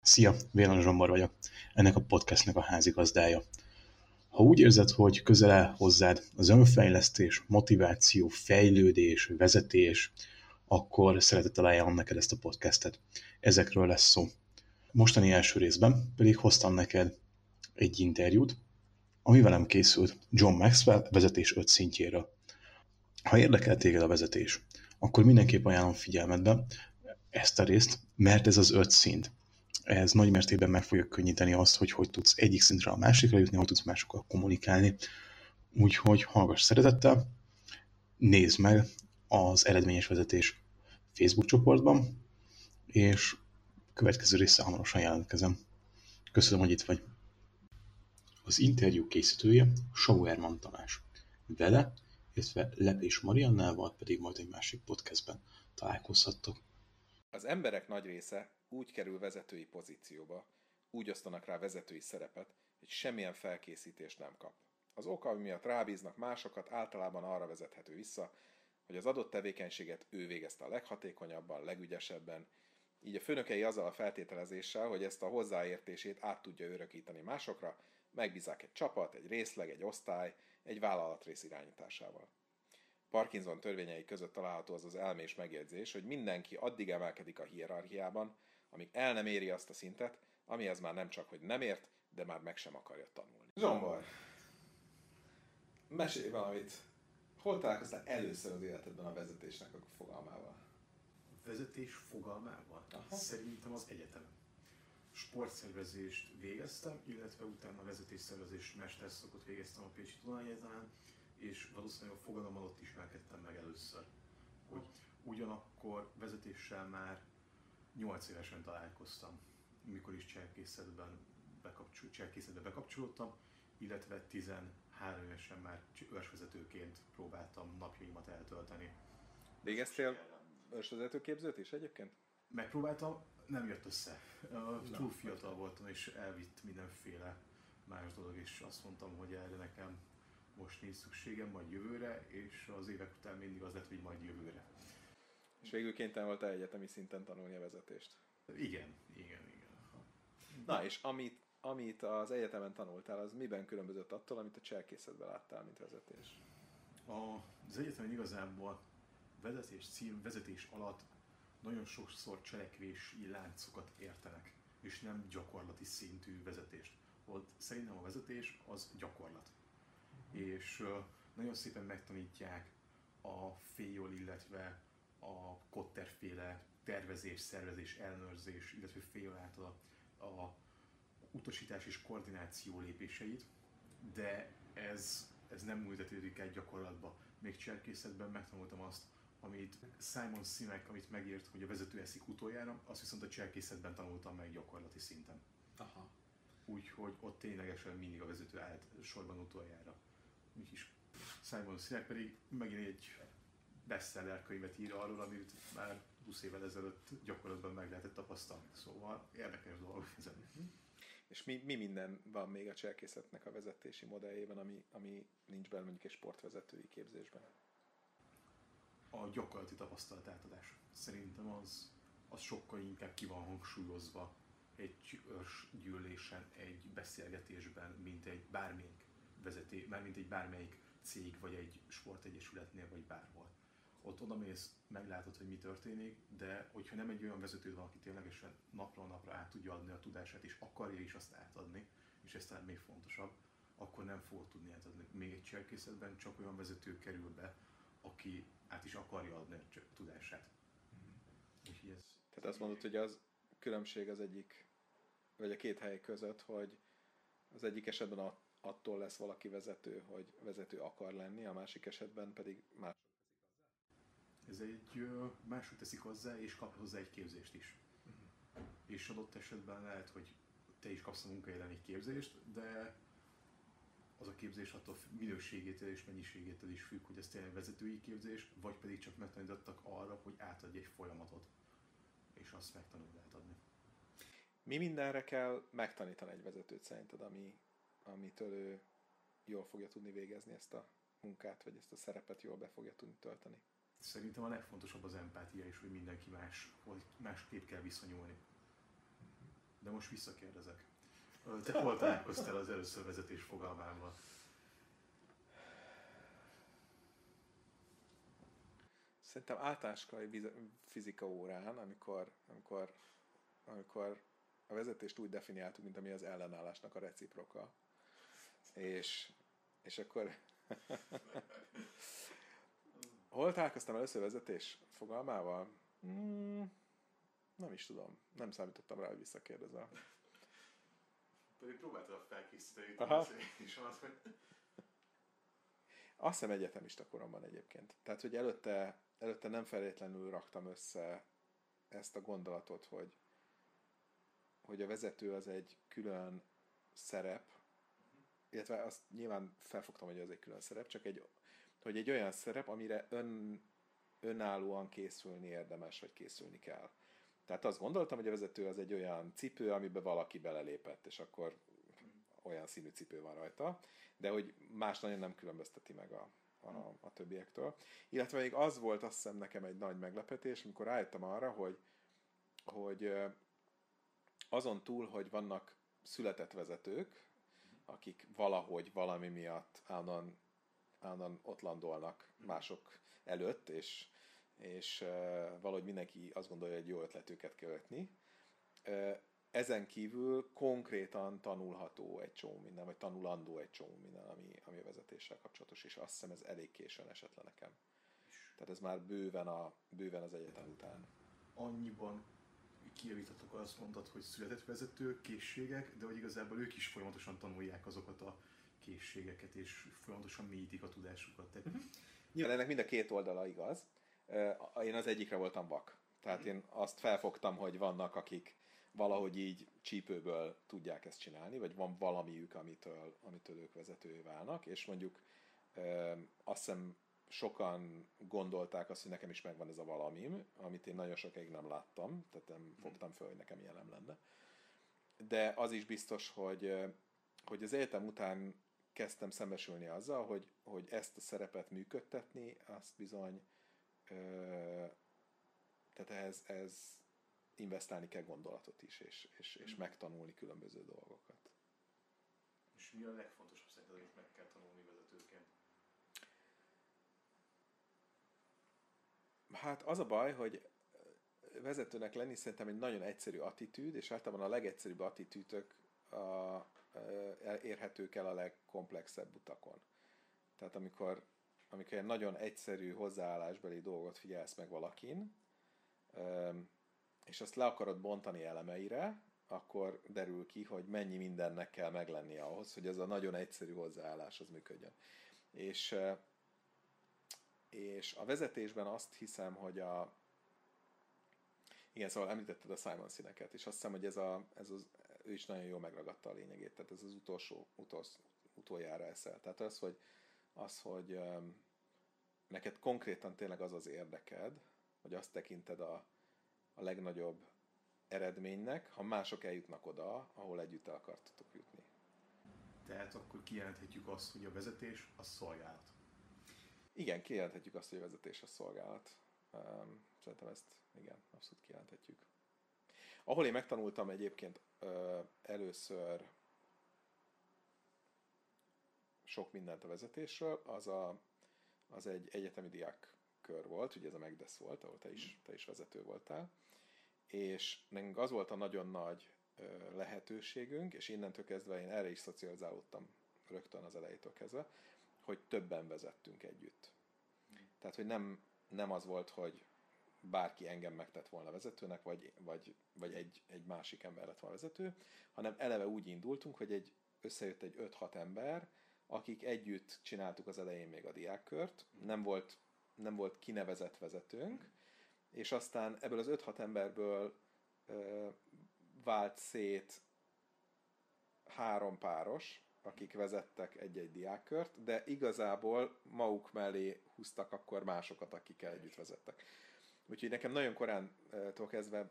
Szia, Vélan Zsombor vagyok, ennek a podcastnek a házigazdája. Ha úgy érzed, hogy közel áll hozzád az önfejlesztés, motiváció, fejlődés, vezetés, akkor szeretettel ajánlom neked ezt a podcastet. Ezekről lesz szó. Mostani első részben pedig hoztam neked egy interjút, ami velem készült John Maxwell vezetés 5 szintjéről. Ha érdekel téged a vezetés, akkor mindenképp ajánlom figyelmedbe ezt a részt, mert ez az 5 szint. Ez nagy mértékben meg fogja könnyíteni azt, hogy tudsz egyik szintre a másikra jutni, hogy tudsz másokkal kommunikálni. Úgyhogy hallgass szeretettel, nézd meg az Eredményes Vezetés Facebook csoportban, és következő része hamarosan jelentkezem. Köszönöm, hogy itt vagy. Az interjú készítője Sauerman Tamás. Vele, illetve Lepés Mariannával pedig majd egy másik podcastben találkozhattok. Az emberek nagy része úgy kerül vezetői pozícióba, úgy osztanak rá vezetői szerepet, hogy semmilyen felkészítést nem kap. Az oka, ami miatt rábíznak másokat, általában arra vezethető vissza, hogy az adott tevékenységet ő végezte a leghatékonyabban, legügyesebben, így a főnökei azzal a feltételezéssel, hogy ezt a hozzáértését át tudja örökíteni másokra, megbízzák egy csapat, egy részleg, egy osztály, egy vállalatrész irányításával. Parkinson törvényei között található az elmés megjegyzés, hogy mindenki addig emelkedik a hierarchiában, amíg el nem éri azt a szintet, amihez már nem csak, hogy nem ért, de már meg sem akarja tanulni. Zsombor, mesélj valamit. Hol találkoztál először az életedben a vezetésnek a fogalmával? A vezetés fogalmával? Aha. Szerintem az egyetemen. Sportszervezést végeztem, illetve utána vezetésszervezés mesterszakot végeztem a Pécsi Tudományegyetemen, és valószínűleg a fogalommal ott ismerkedtem meg először. Hogy ugyanakkor vezetéssel már 8 évesen találkoztam, mikor is cselkészetbe bekapcsolódtam, illetve 13 évesen már őrsvezetőként próbáltam napjaimat eltölteni. Végeztél őrsvezetőképzőt is egyébként? Megpróbáltam, nem jött össze. Túl fiatal voltam, és elvitt mindenféle más dolog, és azt mondtam, hogy erre nekem most nincs szükségem, majd jövőre, és az évek után mindig az lett, hogy majd jövőre. És végül kénytelen voltál egyetemi szinten tanulni a vezetést? Igen. Na, és amit az egyetemen tanultál, az miben különbözött attól, amit a cselkészetben láttál, mint vezetés? Az egyetemen igazából vezetés alatt nagyon sokszor cselekvési láncokat értenek, és nem gyakorlati szintű vezetést. Ott szerintem a vezetés az gyakorlat. És nagyon szépen megtanítják a FAIOL, illetve a Kotter-féle tervezés, szervezés, ellenőrzés, illetve FAIOL által a utasítás és koordináció lépéseit, de ez nem ültetődik el gyakorlatba. Még cselkészetben megtanultam azt, amit Simon Sinek, amit megírt, hogy a vezető eszik utoljára, azt viszont a cselkészetben tanultam meg gyakorlati szinten. Aha. Úgyhogy ott ténylegesen mindig a vezető állt sorban utoljára. Úgyhogy Simon Sinek pedig megint egy bestseller könyvet ír arról, amit már 20 évvel ezelőtt gyakorlatban meg lehetett tapasztalni. Szóval érdekes dolog ezen. És mi minden van még a cselkészetnek a vezetési modelljében, ami nincs benne mondjuk egy sportvezetői képzésben? A gyakorlati tapasztalat átadás. Szerintem az sokkal inkább ki van hangsúlyozva egy őrsgyűlésen, egy beszélgetésben, mint egy bármelyik cég, vagy egy sportegyesületnél, vagy bárhol. Ott odamész, meglátod, hogy mi történik, de hogyha nem egy olyan vezető van, aki ténylegesen napról napra át tudja adni a tudását, és akarja is azt átadni, és ez talán még fontosabb, akkor nem fogod tudni átadni. Még egy cselkészetben csak olyan vezető kerül be, aki át is akarja adni a tudását. Tehát azt mondod, hogy az különbség az egyik, vagy a két hely között, hogy az egyik esetben attól lesz valaki vezető, hogy vezető akar lenni, a másik esetben pedig más. Ez egy máshogy teszik hozzá, és kap hozzá egy képzést is. És adott esetben lehet, hogy te is kapsz a munkahelyen egy képzést, de az a képzés attól minőségétől és mennyiségétől is függ, hogy ez tényleg vezetői képzés, vagy pedig csak megtanítottak arra, hogy átadj egy folyamatot, és azt megtanulod átadni. Mi mindenre kell megtanítani egy vezetőt szerinted, amitől ő jól fogja tudni végezni ezt a munkát, vagy ezt a szerepet jól be fogja tudni tölteni? Szerintem a legfontosabb az empátia is, hogy mindenki más, hogy másképp kell viszonyulni. De most visszakérdezek. Te hol találkoztál az először vezetés fogalmával? Szerintem általános fizika órán, amikor a vezetést úgy definiáltuk, mint ami az ellenállásnak a reciproka. És akkor hol találkoztam először vezetés fogalmával? Nem is tudom. Nem számítottam rá, hogy visszakérdezem. Pedig próbáltad felkészíteni és az, hogy... Azt hiszem egyetemista koromban egyébként. Tehát, hogy előtte nem feltétlenül raktam össze ezt a gondolatot, hogy a vezető az egy külön szerep, illetve azt nyilván felfogtam, hogy ez egy külön szerep, csak hogy egy olyan szerep, amire önállóan készülni érdemes, vagy készülni kell. Tehát azt gondoltam, hogy a vezető az egy olyan cipő, amiben valaki belelépett, és akkor olyan színű cipő van rajta, de hogy más nagyon nem különbözteti meg a többiektől. Illetve még az volt azt hiszem nekem egy nagy meglepetés, amikor rájöttem arra, hogy azon túl, hogy vannak született vezetők, akik valahogy valami miatt állandóan ott landolnak mások előtt, és valahogy mindenki azt gondolja, hogy jó ötlet őket követni. Ezen kívül konkrétan tanulható egy csomó minden, vagy tanulandó egy csomó minden, ami a vezetéssel kapcsolatos, és azt hiszem ez elég későn esett le nekem. Tehát ez már bőven az egyetem után. Annyiban kijavítatok, azt mondtad, hogy született vezető készségek, de hogy igazából ők is folyamatosan tanulják azokat a készségeket, és folyamatosan mélyítik a tudásukat. Nyilván ennek mind a két oldala igaz. Én az egyikre voltam vak. Tehát én azt felfogtam, hogy vannak, akik valahogy így csípőből tudják ezt csinálni, vagy van valamiük, amitől ők vezetővé válnak, és mondjuk azt hiszem sokan gondolták azt, hogy nekem is megvan ez a valamim, amit én nagyon sokáig nem láttam, tehát nem fogtam fel, hogy nekem ilyen nem lenne. De az is biztos, hogy az egyetem után kezdtem szembesülni azzal, hogy ezt a szerepet működtetni, azt bizony, tehát ez investálni kell gondolatot is, és megtanulni különböző dolgokat. És mi a legfontosabb szerinted, amit meg kell tanulni vezetőként? Hát az a baj, hogy vezetőnek lenni szerintem egy nagyon egyszerű attitűd, és általában a legegyszerűbb attitűdök érhetők el a legkomplexebb utakon. Tehát amikor egy nagyon egyszerű hozzáállásbeli dolgot figyelsz meg valakin, és azt le akarod bontani elemeire, akkor derül ki, hogy mennyi mindennek kell meglennie ahhoz, hogy ez a nagyon egyszerű hozzáállás az működjön. És a vezetésben azt hiszem, hogy igen, szóval említetted a Simon színeket, és azt hiszem, hogy ő is nagyon jól megragadta a lényegét, tehát ez az utoljára eszel. Tehát az, hogy neked konkrétan tényleg az érdeked, hogy azt tekinted a legnagyobb eredménynek, ha mások eljutnak oda, ahol együtt el akartatok jutni. Tehát akkor kijelenthetjük azt, hogy a vezetés a szolgálat. Igen, kijelenthetjük azt, hogy a vezetés a szolgálat. Szerintem ezt igen, abszolút kijelenthetjük. Ahol én megtanultam egyébként először sok mindent a vezetésről, az egy egyetemi diákkör volt, ugye ez a Megdesz volt, ahol te is vezető voltál, és nekünk az volt a nagyon nagy lehetőségünk, és innentől kezdve én erre is szocializálódtam rögtön az elejétől kezdve, hogy többen vezettünk együtt. Tehát, hogy nem az volt, hogy bárki engem megtett volna vezetőnek, vagy egy másik ember lett volna vezető, hanem eleve úgy indultunk, hogy összejött egy 5-6 ember, akik együtt csináltuk az elején még a diákkört, nem volt kinevezett vezetőnk, és aztán ebből az 5-6 emberből vált szét 3 páros, akik vezettek egy-egy diákkört, de igazából maguk mellé húztak akkor másokat, akikkel együtt vezettek. Úgyhogy nekem nagyon korántól kezdve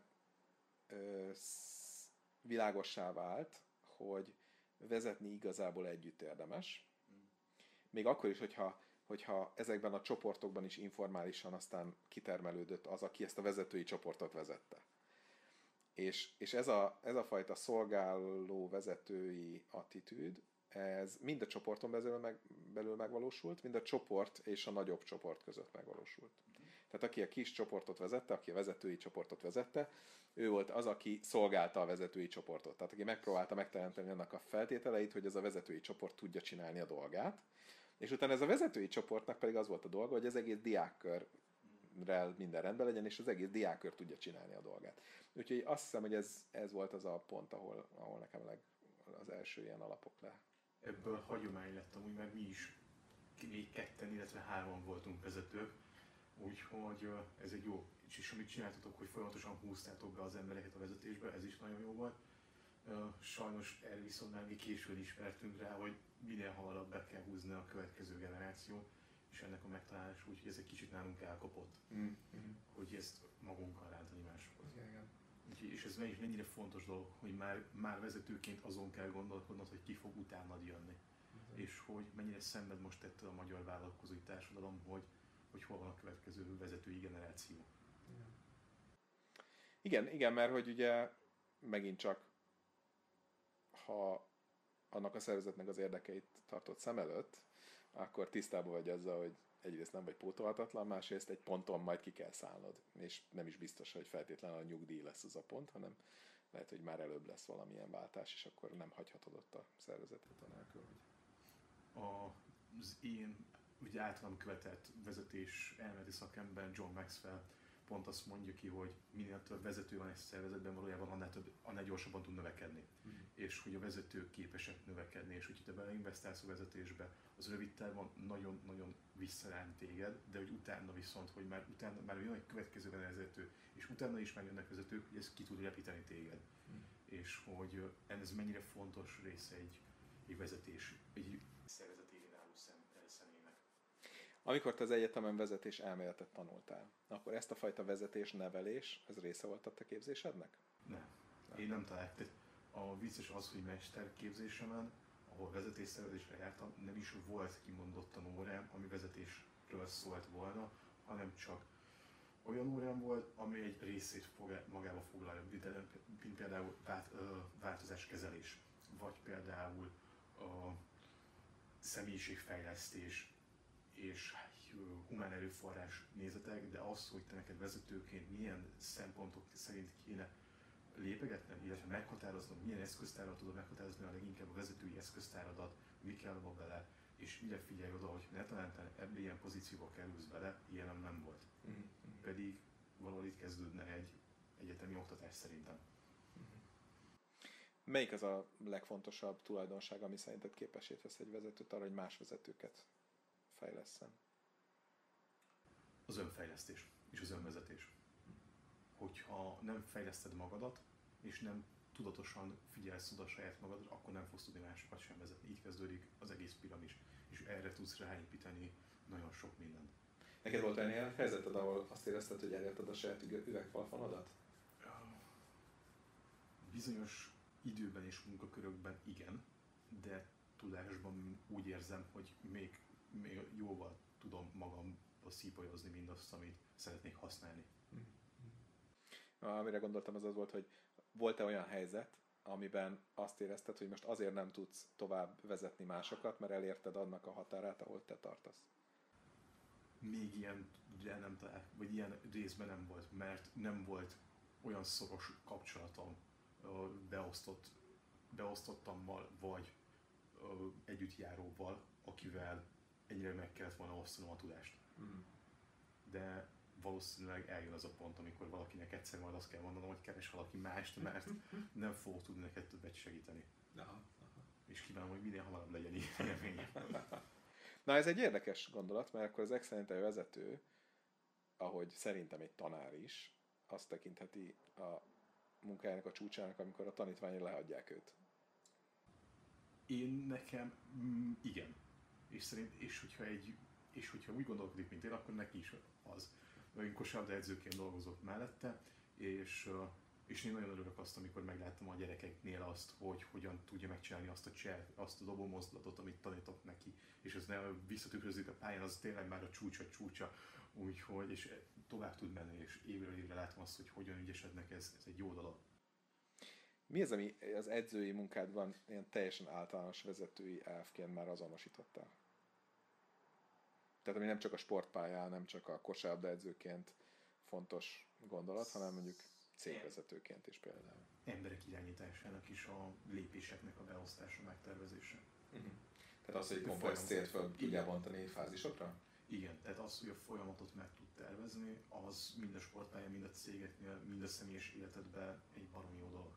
világossá vált, hogy vezetni igazából együtt érdemes. Még akkor is, hogyha ezekben a csoportokban is informálisan aztán kitermelődött az, aki ezt a vezetői csoportot vezette. És ez a fajta szolgáló vezetői attitűd, ez mind a csoporton belül megvalósult, mind a csoport és a nagyobb csoport között megvalósult. Tehát aki a kis csoportot vezette, aki a vezetői csoportot vezette, ő volt az, aki szolgálta a vezetői csoportot. Tehát aki megpróbálta megteremteni annak a feltételeit, hogy ez a vezetői csoport tudja csinálni a dolgát. És utána ez a vezetői csoportnak pedig az volt a dolga, hogy az egész diákkörrel minden rendben legyen, és az egész diákkör tudja csinálni a dolgát. Úgyhogy azt hiszem, hogy ez volt az a pont, ahol nekem az első ilyen alapok le. Ebből hagyomány lett amúgy, mert mi is még ketten, illetve hárman voltunk vezetők, úgyhogy ez egy jó, és amit csináltatok, hogy folyamatosan húztátok be az embereket a vezetésbe, ez is nagyon jó volt. Sajnos erre viszont már mi későn ismertünk rá, hogy minél hamarabb be kell húzni a következő generáció, és ennek a megtalálás úgy, hogy ez egy kicsit nálunk elkapott, hogy ezt magunkkal rántani másokhoz. És ez mennyire fontos dolog, hogy már vezetőként azon kell gondolkodnod, hogy ki fog utánad jönni. És hogy mennyire szenved most ettől a magyar vállalkozói társadalom, hogy hol van a következő vezetői generáció. Igen, mert hogy ugye megint csak, ha annak a szervezetnek az érdekeit tartott szem előtt, akkor tisztában vagy azzal, hogy egyrészt nem vagy pótolhatatlan, másrészt egy ponton majd ki kell szállnod. És nem is biztos, hogy feltétlenül a nyugdíj lesz az a pont, hanem lehet, hogy már előbb lesz valamilyen váltás, és akkor nem hagyhatod ott a szervezetet anélkül, hogy... Az én ugye általam követett vezetés elméleti szakember John Maxwell pont azt mondja ki, hogy minél több vezető van egy szervezetben, valójában annál gyorsabban tud növekedni. És hogy a vezetők képesek növekedni, és hogy te beleinvestálsz a vezetésbe, az rövid távon nagyon-nagyon visszaránt téged, de hogy utána viszont, hogy már jön egy következő vezető, és utána is már jönnek vezetők, hogy ez ki tud repíteni téged. És hogy ez mennyire fontos része egy vezetés, egy szervezetében álló személynek. Amikor te az egyetemen vezetés elméletet tanultál, akkor ezt a fajta vezetés, nevelés, ez része volt a te képzésednek? Nem. Én nem találtam. A vicces az, hogy mesterképzésemen, ahol vezetésszervezésre jártam, nem is volt kimondottan órám, ami vezetésről szólt volna, hanem csak olyan órám volt, ami egy részét magába foglalja, mint például változáskezelés, vagy például személyiségfejlesztés és humán erőforrás nézetek, de az, hogy te neked vezetőként milyen szempontok szerint kéne lépegetnem, illetve meghatároznom, milyen eszköztárat tudod meghatározni, a leginkább a vezetői eszköztáradat, mi kell abba bele, és mire figyelj oda, hogy ne talán ebben ilyen pozícióba kerülsz bele, ilyenem nem volt. Pedig valahol itt kezdődne egy egyetemi oktatás szerintem. Melyik az a legfontosabb tulajdonság, ami szerinted képessé tesz egy vezetőt arra, hogy más vezetőket fejlesszen? Az önfejlesztés és az önvezetés. Hogyha nem fejleszted magadat, és nem tudatosan figyelsz oda a saját magadra, akkor nem fogsz tudni másokat sem vezetni. Így kezdődik az egész piramis, és erre tudsz ráépíteni nagyon sok mindent. Neked volt olyan helyzeted, ahol azt érezted, hogy elérted a saját üvegplafonodat? Bizonyos időben és munkakörökben igen, de tudásban úgy érzem, hogy még jóval tudom magamba szípolyozni mindazt, amit szeretnék használni. Amire gondoltam, az volt, hogy volt-e olyan helyzet, amiben azt érezted, hogy most azért nem tudsz tovább vezetni másokat, mert elérted annak a határát, ahol te tartasz? Még ilyen nem talál, vagy ilyen részben nem volt, mert nem volt olyan szoros kapcsolatom beosztottammal, vagy együttjáróval, akivel ennyire meg kellett volna osztanom a tudást. De valószínűleg eljön az a pont, amikor valakinek egyszer majd azt kell mondanom, hogy keres valaki mást, mert nem fogok tudni neked többet segíteni. És kívánom, hogy minél hamarabb legyen ilyen élményem. Na, ez egy érdekes gondolat, mert akkor az excellente vezető, ahogy szerintem egy tanár is, azt tekintheti a munkájának a csúcsának, amikor a tanítványai lehagyják őt. Nekem igen. És hogyha úgy gondolkodik, mint én, akkor neki is az. Én kosárlabda edzőként dolgozok mellette, és én nagyon örülök azt, amikor megláttam a gyerekeknél azt, hogy hogyan tudja megcsinálni azt a dobó mozdulatot, amit tanítok neki, és ez nem visszatükrözik a pályán, az tényleg már a csúcsa, úgyhogy, és tovább tud menni, és évről évre látom azt, hogy hogyan ügyesednek, ez egy jó dolog. Mi az, ami az edzői munkádban ilyen teljesen általános vezetői elvként már azonosítottál? Tehát ami nem csak a sportpályán, nem csak a kosárlabda edzőként fontos gondolat, hanem mondjuk cégvezetőként is például. Emberek irányításának is a lépéseknek a beosztása, megtervezése. Tehát az, hogy komplex célt fel tudjál bontani fázisokra? Igen, tehát az, hogy a folyamatot meg tud tervezni, az mind a sportpályán, mind a cégeknél, mind a személyes életedben egy baromi jó dolog.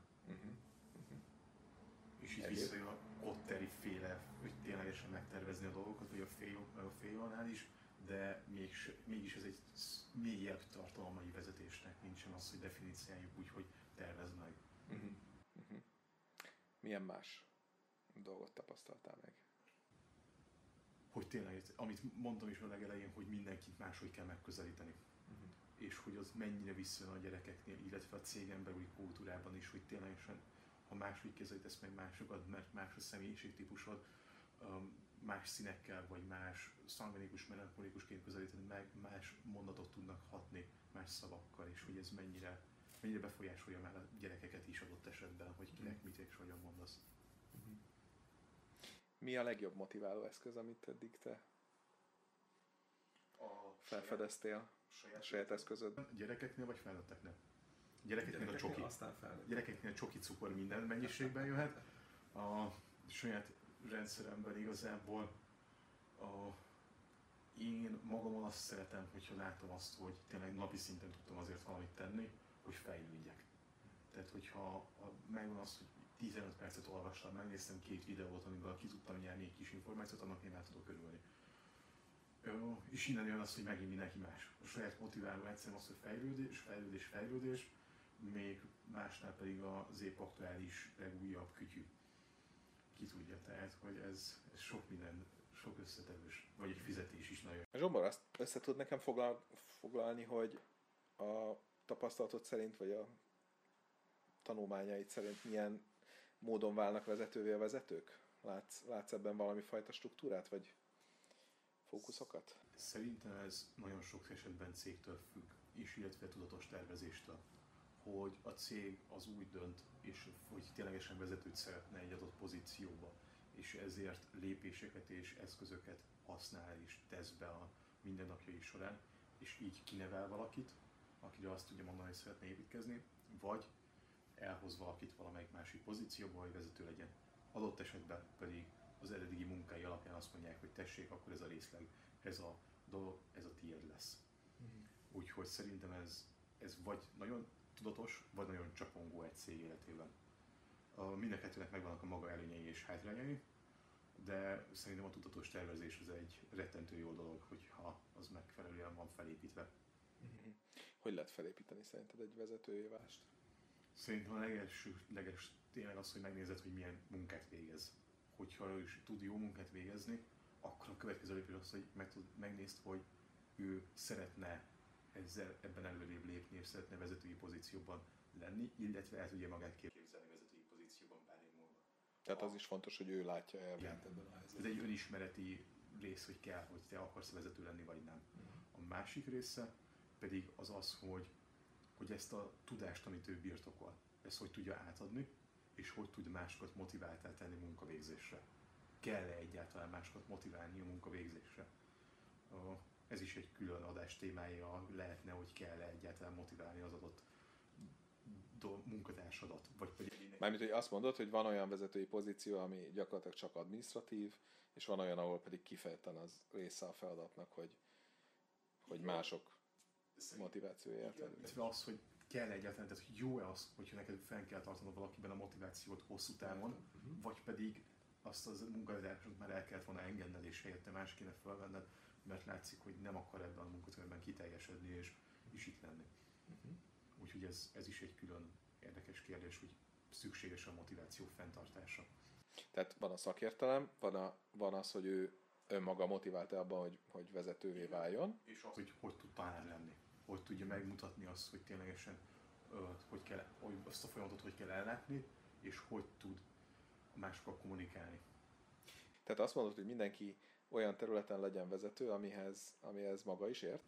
És így visszajön a Kotteri féle, hogy ténylegesen megtervezni a dolgokat, vagy a félónál is, de mégis ez egy mélyebb tartalmai vezetésnek, nincsen az, hogy definíciáljuk úgy, hogy tervezd meg. Milyen más dolgot tapasztaltál meg? Hogy tényleg, amit mondtam is a legelején, hogy mindenkit máshogy kell megközelíteni. És hogy az mennyire visszajön a gyerekeknél, illetve a cégen belüli kultúrában is, hogy ténylegesen, ha máshogy kezelítesz meg másokat, mert más a személyiségtípusod, más színekkel, vagy más szangvinikus, melankolikusként közelíted meg, más mondatok tudnak hatni, más szavakkal, és hogy ez mennyire befolyásolja már a gyerekeket is adott esetben, hogy kinek mit és hogyan mondasz. Mi a legjobb motiváló eszköz, amit eddig te felfedeztél a saját eszközöd? Gyerekeknél vagy felnőtteknél? Gyerekeknél a csoki. Gyerekeknél a csoki cukor minden mennyiségben jöhet. A saját rendszeremben igazából én magamon azt szeretem, hogyha látom azt, hogy tényleg napi szinten tudtam azért valamit tenni, hogy fejlődjek. Tehát hogyha megvan az, hogy 15 percet olvastam, megnéztem 2 videót, amiből ki tudtam nyerni egy kis információt, annak én el tudok örülni. És innen jön az, hogy megint mindenki más. A saját motiváló egyszerűen az, hogy fejlődés, még másnál pedig az épp aktuális, legújabb kütyű. Ki tudja, tehát, hogy ez sok minden, sok összetevős, vagy egy fizetés is nagyon. Zsombor, azt össze tud nekem foglalni, hogy a tapasztalatod szerint, vagy a tanulmányait szerint milyen módon válnak vezetővé a vezetők? Látsz ebben valami fajta struktúrát, vagy fókuszokat? Szerintem ez nagyon sok esetben cégtől függ, és illetve tudatos tervezéstől, hogy a cég az úgy dönt, és hogy ténylegesen vezetőt szeretne egy adott pozícióba, és ezért lépéseket és eszközöket használ és tesz be a mindennapjai során, és így kinevel valakit, akire azt tudja mondani, hogy szeretne építkezni, vagy elhoz valakit valamelyik másik pozícióba, hogy vezető legyen. Adott esetben pedig az eredeti munkái alapján azt mondják, hogy tessék, akkor ez a részleg, ez a dolog, ez a tiéd lesz. Úgyhogy szerintem ez vagy nagyon tudatos, vagy nagyon csapongó egy cég életében. Mind a kettőnek megvannak a maga előnyei és hátrányai, de szerintem a tudatos tervezés az egy rettentő jó dolog, hogyha az megfelelően van felépítve. Hogy lehet felépíteni szerinted egy vezetői vást? Szerintem a leges tényleg az, hogy megnézed, hogy milyen munkát végez. Hogyha ő is tud jó munkát végezni, akkor a következő lépés az, hogy megnézd, hogy ő szeretne ebben előrébb lépni, és szeretne vezetői pozícióban lenni, illetve el tudja magát képzelni vezetői pozícióban pár év múlva. Tehát az is fontos, hogy ő látja el ebben a helyzetben. Ez egy önismereti rész, hogy kell, hogy te akarsz vezető lenni, vagy nem. A másik része pedig az, hogy ezt a tudást, amit ő birtokol, ezt hogy tudja átadni, és hogy tud másokat motiváltá tenni munkavégzésre. Kell-e egyáltalán másokat motiválni a munkavégzésre? Ez is egy külön adás témája lehetne, hogy kell-e egyáltalán motiválni az adott munkatársadat. Mármint, hogy azt mondod, hogy van olyan vezetői pozíció, ami gyakorlatilag csak administratív, és van olyan, ahol pedig kifejezetten az része a feladatnak, hogy mások motivációját. Illetve az, hogy kell egyáltalán, tehát hogy jó-e az, hogyha neked fenn kell tartanod valakiben a motivációt hosszú távon, vagy pedig azt az munkatársadat már el kellett volna engedned, és helyette más kéne felvenned, mert látszik, hogy nem akar ebben a munkatárban kiteljesedni és itt lenni. Úgyhogy ez is egy külön érdekes kérdés, hogy szükséges a motiváció fenntartása. Tehát van a szakértelem, van az, hogy ő önmaga motiválta abban, hogy vezetővé váljon. És az, hogy tud tanár lenni. Hogy tudja megmutatni azt, hogy ténylegesen hogy azt a folyamatot hogy kell ellátni, és hogy tud másokkal kommunikálni. Tehát azt mondod, hogy mindenki olyan területen legyen vezető, amihez maga is ért?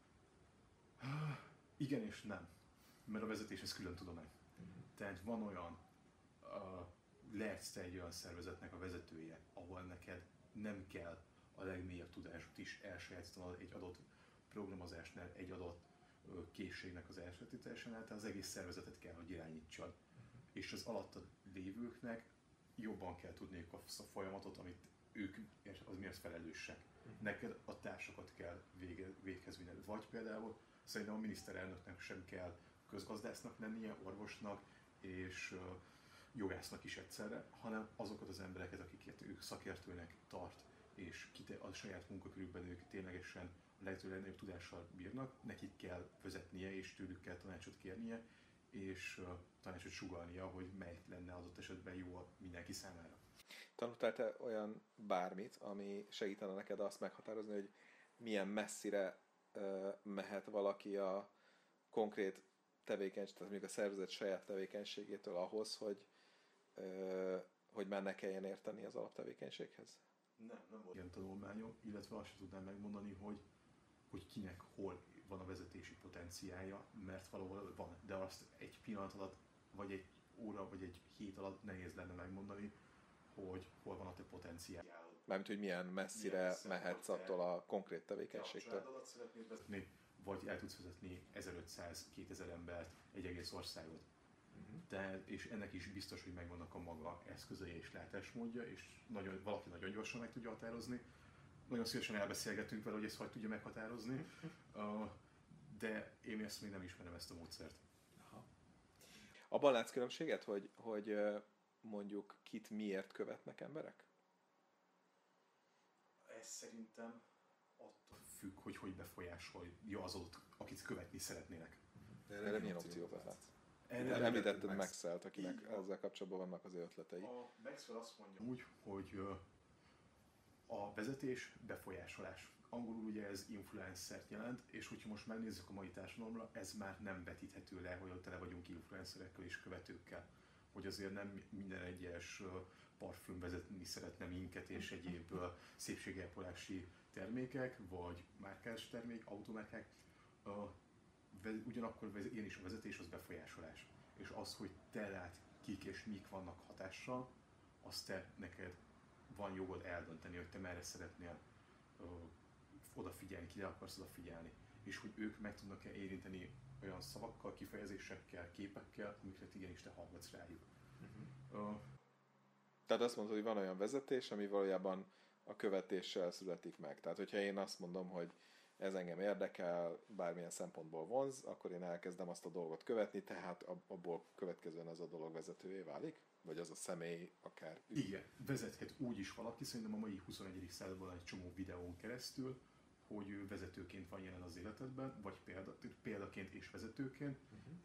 Igen és nem. Mert a vezetés ez külön tudomány. Tehát van olyan lehetsz te egy olyan szervezetnek a vezetője, ahol neked nem kell a legmélyebb tudásot is elsajátítanod egy adott programozásnál, egy adott készségnek az elsajátításánál, tehát az egész szervezetet kell, hogy irányítsad. És az alattad lévőknek jobban kell tudniuk azt a folyamatot, amit ők az miért felelősek. Neked a társakat kell véghez vinni. Vagy például szerintem a miniszterelnöknek sem kell közgazdásznak lennie, orvosnak és jogásznak is egyszerre, hanem azokat az embereket, akiket ők szakértőnek tart, és a saját munkakörükben ők ténylegesen a lehető legnagyobb tudással bírnak, nekik kell vezetnie, és tőlük kell tanácsot kérnie, és tanácsot sugallnia, hogy mely lenne adott esetben jó mindenki számára. Tanultál te olyan bármit, ami segítene neked azt meghatározni, hogy milyen messzire mehet valaki a konkrét tevékenység, tehát mondjuk a szervezet saját tevékenységétől ahhoz, hogy már ne kelljen érteni az alaptevékenységhez? Nem volt ilyen tanulmányom, illetve azt sem tudnám megmondani, hogy kinek hol van a vezetési potenciája, mert valahol van, de azt egy pillanat alatt, vagy egy óra, vagy egy hét alatt nehéz lenne megmondani, hogy hol van a te potenciál. Mármint, hogy milyen messzire mehetsz attól a konkrét tevékenységtől. Ha a családodat szeretnéd vezetni, vagy el tudsz vezetni 1500-2000 embert, egy egész országot. És ennek is biztos, hogy megvannak a maga eszközei és látásmódja, és valaki nagyon gyorsan meg tudja határozni. Nagyon szívesen elbeszélgetünk vele, hogy ezt hogy tudja meghatározni, de én ezt még nem ismerem, ezt a módszert. Abban látsz különbséget, hogy mondjuk kit miért követnek emberek? Ez szerintem attól függ, hogy befolyásolja az adott, akit követni szeretnének. Erre milyen opciókat látsz? Említetted Maxwell-t, akinek ezzel kapcsolatban vannak az ötletei. A Maxwell azt mondja úgy, hogy a vezetés befolyásolás. Angolul ugye ez influencert jelent, és hogyha most megnézzük a mai társadalomra, ez már nem vetíthető le, hogy tele vagyunk influencerekkel és követőkkel. Hogy azért nem minden egyes parfüm vezetni szeretne minket és egyéb szépségelpolási termékek, vagy márkás termék, automárkák. Ugyanakkor én is a vezetés az befolyásolás. És az, hogy te lát kik és mik vannak hatással, azt neked van jogod eldönteni, hogy te merre szeretnél odafigyelni, kire akarsz odafigyelni. És hogy ők meg tudnak-e érinteni olyan szavakkal, kifejezésekkel, képekkel, amikre igenis te hallgatsz rájuk. Tehát azt mondod, hogy van olyan vezetés, ami valójában a követéssel születik meg. Tehát, hogyha én azt mondom, hogy ez engem érdekel, bármilyen szempontból vonz, akkor én elkezdem azt a dolgot követni, tehát abból következően az a dolog vezetővé válik? Vagy az a személy akár... Igen, vezethet úgy is valaki, szerintem a mai 21. században egy csomó videón keresztül, hogy ő vezetőként van jelen az életedben, vagy példaként és vezetőként,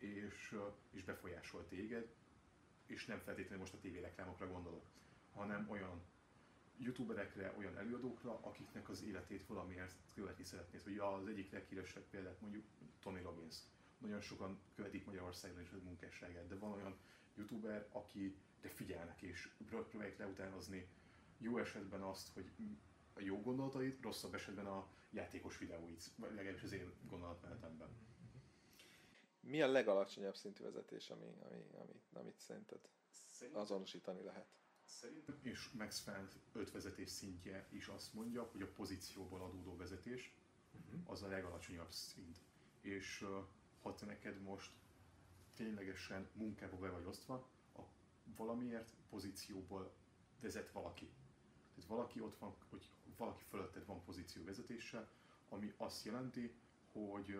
és befolyásol téged, és nem feltétlenül most a tévéreklámokra gondolok, hanem olyan youtuberekre, olyan előadókra, akiknek az életét valamiért követni szeretnéd. Hogy az egyik leghíresebb példát mondjuk Tony Robbins. Nagyon sokan követik Magyarországon is a munkásságát, de van olyan youtuber, akire figyelnek és próbálják leutánozni jó esetben azt, hogy a jó gondolatait, rosszabb esetben a játékos videóit, vagy legalábbis az én gondolatmenetemben. Mi a legalacsonyabb szintű vezetés, amit szerinted azonosítani lehet? Szerintem, és Maxwell 5 vezetés szintje is azt mondja, hogy a pozícióból adódó vezetés az a legalacsonyabb szint. És ha te neked most ténylegesen munkába be vagy osztva, valamiért pozícióból vezet valaki. Tehát valaki ott van, hogy valaki fölötted van pozícióvezetéssel, ami azt jelenti, hogy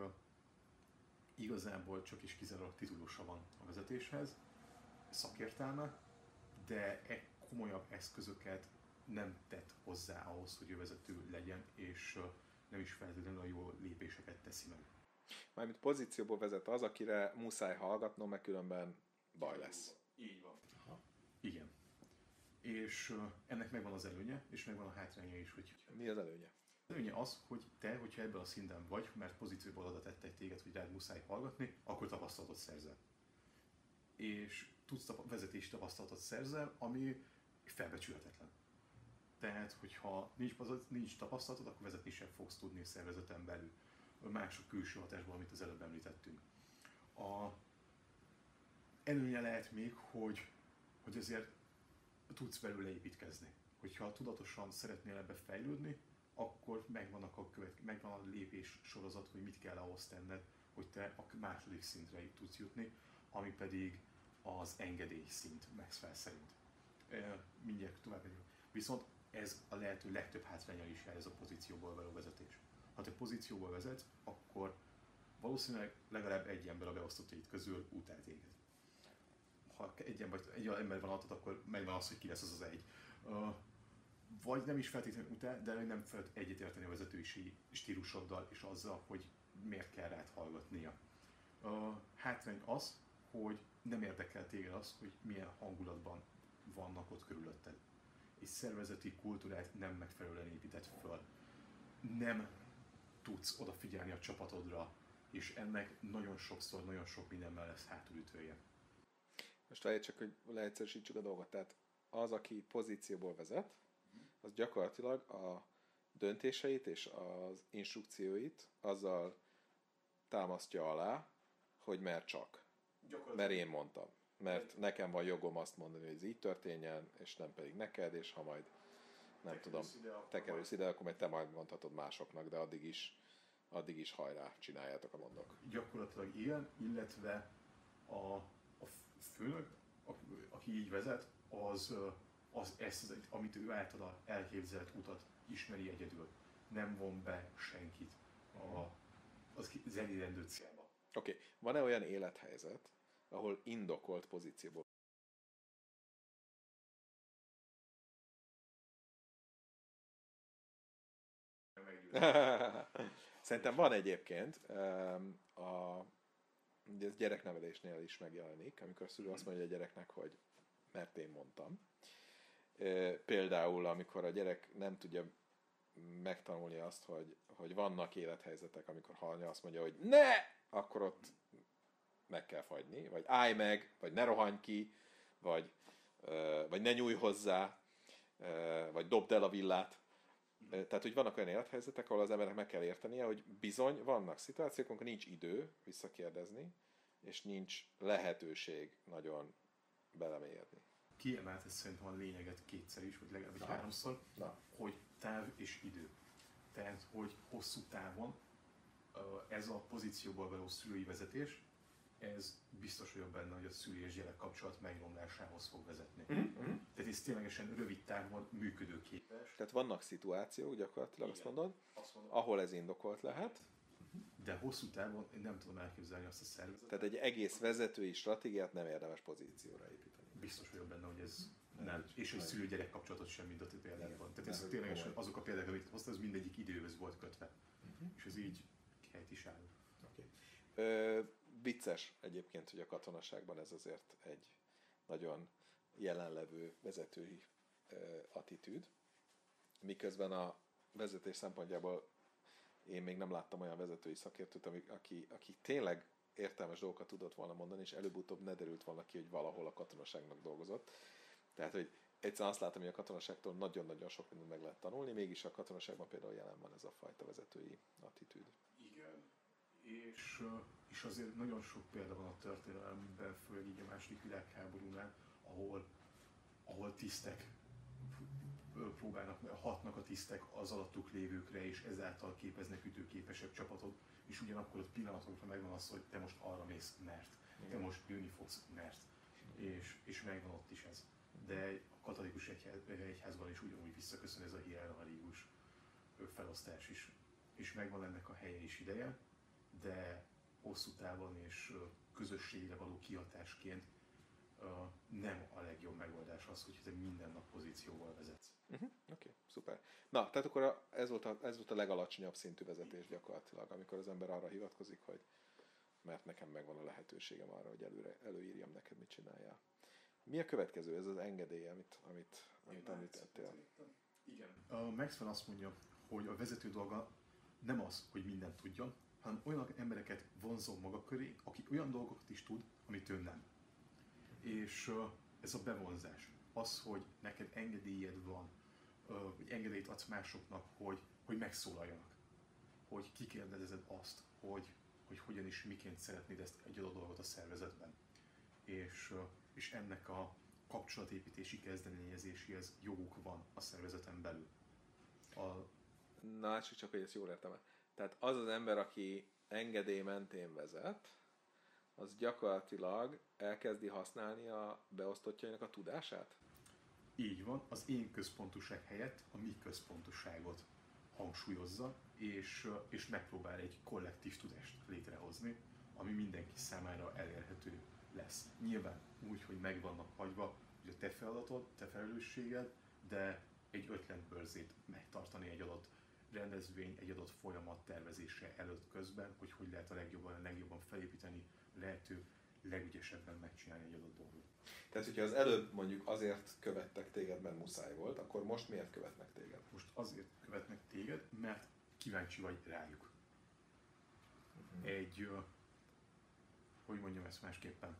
igazából csak is kizárólag titulusa van a vezetéshez, szakértelme, de komolyabb eszközöket nem tett hozzá ahhoz, hogy ő vezető legyen, és nem is feltétlenül a jó lépéseket teszi meg. Mármint pozícióból vezet az, akire muszáj hallgatnom, mert különben baj lesz. Így van. Aha. Igen. És ennek megvan az előnye, és megvan a hátránya is. Hogy... Mi az előnye? Az előnye az, hogy te, hogyha ebben a szinten vagy, mert pozícióból oda tettek téged, hogy rád muszáj hallgatni, akkor tapasztalatot szerzel. És tudsz vezetési tapasztalatot szerzel, ami felbecsülhetetlen. Tehát, hogyha nincs tapasztalatod, akkor vezetni sem fogsz tudni szervezeten belül. Mások külső hatásból, amit az előbb említettünk. Előnye lehet még, hogy hogy azért tudsz belőle építkezni. Hogyha tudatosan szeretnél ebbe fejlődni, akkor megvan a lépés sorozat, hogy mit kell ahhoz tenned, hogy te a második szintre tudsz jutni, ami pedig az engedély szint Maxwell szerint. Mindjárt tovább megyünk. Viszont ez a lehető legtöbb hátránya is jár, ez a pozícióból való vezetés. Ha te pozícióból vezetsz, akkor valószínűleg legalább egy ember a beosztottaid közül utál téged. Ha egy ember van alattad, akkor megvan az, hogy ki lesz az az egy. Vagy nem is feltétlenül utál, de nem fel egyetérteni a vezetői stílusoddal és azzal, hogy miért kell rád hallgatnia. Hátrány az, hogy nem érdekel téged az, hogy milyen hangulatban vannak ott körülötted. És szervezeti kultúrát nem megfelelően épített föl. Nem tudsz odafigyelni a csapatodra, és ennek nagyon sokszor, nagyon sok mindenben lesz hátulütője. Most várj csak, hogy leegyszerűsítsük a dolgot. Tehát az, aki pozícióból vezet, az gyakorlatilag a döntéseit és az instrukcióit azzal támasztja alá, hogy mert csak. Mert én mondtam. Mert nekem van jogom azt mondani, hogy ez így történjen, és nem pedig neked, és ha majd te kerülsz ide, akkor majd te majd mondhatod másoknak, de addig is hajrá, csináljátok a gondok. Gyakorlatilag ilyen, illetve a főnök, aki így vezet, amit ő általa elképzelt utat ismeri egyedül. Nem von be senkit az elérendő célba. Oké. Van-e olyan élethelyzet, ahol indokolt pozícióból? Szerintem van egyébként. Ugye ez gyereknevelésnél is megjelenik, amikor a szülő azt mondja a gyereknek, hogy mert én mondtam. Például, amikor a gyerek nem tudja megtanulni azt, hogy vannak élethelyzetek, amikor ha anya azt mondja, hogy ne! Akkor ott meg kell fagyni, vagy állj meg, vagy ne rohanj ki, vagy ne nyújj hozzá, vagy dobd el a villát. Tehát, hogy vannak olyan élethelyzetek, ahol az embernek meg kell értenie, hogy bizony vannak szituációk, amikor nincs idő visszakérdezni, és nincs lehetőség nagyon belemélyedni. Kiemelt ez szerintem a lényeget kétszer is, vagy legalább háromszor, hogy táv és idő. Tehát, hogy hosszú távon ez a pozícióból való szülői vezetés, ez biztos vagyok benne, hogy a szülő és gyerek kapcsolat megromlásához fog vezetni. Tehát ez ténylegesen rövid távon működőképes. Tehát vannak szituációk, gyakorlatilag azt mondod, ahol ez indokolt lehet. De hosszú távon én nem tudom elképzelni azt a szervezetet. Tehát egy egész vezetői stratégiát nem érdemes pozícióra építeni. Biztos vagyok benne, hogy ez nem. És egy szülő-gyerek kapcsolatot sem, mint a többi példában. Tehát ez ténylegesen azok a példák, amit hozta, az mindegyik időhöz volt kötve. És ez így helyt is áll. Vicces egyébként, hogy a katonaságban ez azért egy nagyon jelenlevő vezetői attitűd. Miközben a vezetés szempontjából én még nem láttam olyan vezetői szakértőt, aki tényleg értelmes dolgokat tudott volna mondani, és előbb-utóbb ne derült volna ki, hogy valahol a katonaságnak dolgozott. Tehát, hogy egyszerűen azt látom, hogy a katonaságtól nagyon-nagyon sok mindent meg lehet tanulni, mégis a katonaságban például jelen van ez a fajta vezetői attitűd. Igen, és azért nagyon sok példa van a történelemben, főleg így a második világháborúnál, ahol tisztek hatnak a tisztek az alattuk lévőkre, és ezáltal képeznek ütőképesebb csapatot, és ugyanakkor ott pillanatokra megvan az, hogy te most arra mész, mert. Te most jönni fogsz, mert. És megvan ott is ez. De a katolikus egyházban is ugyanúgy visszaköszön ez a hierarchikus felosztás is. És megvan ennek a helye és ideje, de hosszú távon és közösségre való kihatásként nem a legjobb megoldás az, hogy te minden nap pozícióval vezetsz. Oké, szuper. Na, tehát akkor ez volt a legalacsonyabb szintű vezetés gyakorlatilag, amikor az ember arra hivatkozik, hogy mert nekem megvan a lehetőségem arra, hogy előírjam neked, mit csináljál. Mi a következő? Ez az engedély, amit említettél. Igen. Maxwell azt mondja, hogy a vezető dolga nem az, hogy mindent tudjon, hanem olyan embereket vonzol maga köré, aki olyan dolgokat is tud, amit ő nem. És ez a bevonzás, az, hogy neked engedélyed van, hogy engedélyt adsz másoknak, hogy megszólaljanak, hogy kikérdezed azt, hogy hogyan és miként szeretnéd ezt egy adott dolgot a szervezetben. És ennek a kapcsolatépítési kezdeményezéséhez joguk van a szervezeten belül. Na, lássuk csak, hogy ezt jól értem. Tehát az az ember, aki engedély mentén vezet, az gyakorlatilag elkezdi használni a beosztottjainak a tudását? Így van, az én központuság helyett a mi központuságot hangsúlyozza, és megpróbál egy kollektív tudást létrehozni, ami mindenki számára elérhető lesz. Nyilván úgy, hogy meg vannak hagyva, hogy a te feladatod, te felelősséged, de egy ötletbörzét megtartani egy adott rendezvény, egy adott folyamat tervezése előtt közben, hogy hogy lehet a legjobban felépíteni, lehető legügyesebben megcsinálni egy adott dolgot. Tehát, hogyha az előbb mondjuk azért követtek téged, mert muszáj volt, akkor most miért követnek téged? Most azért követnek téged, mert kíváncsi vagy rájuk. Hogy mondjam ezt másképpen?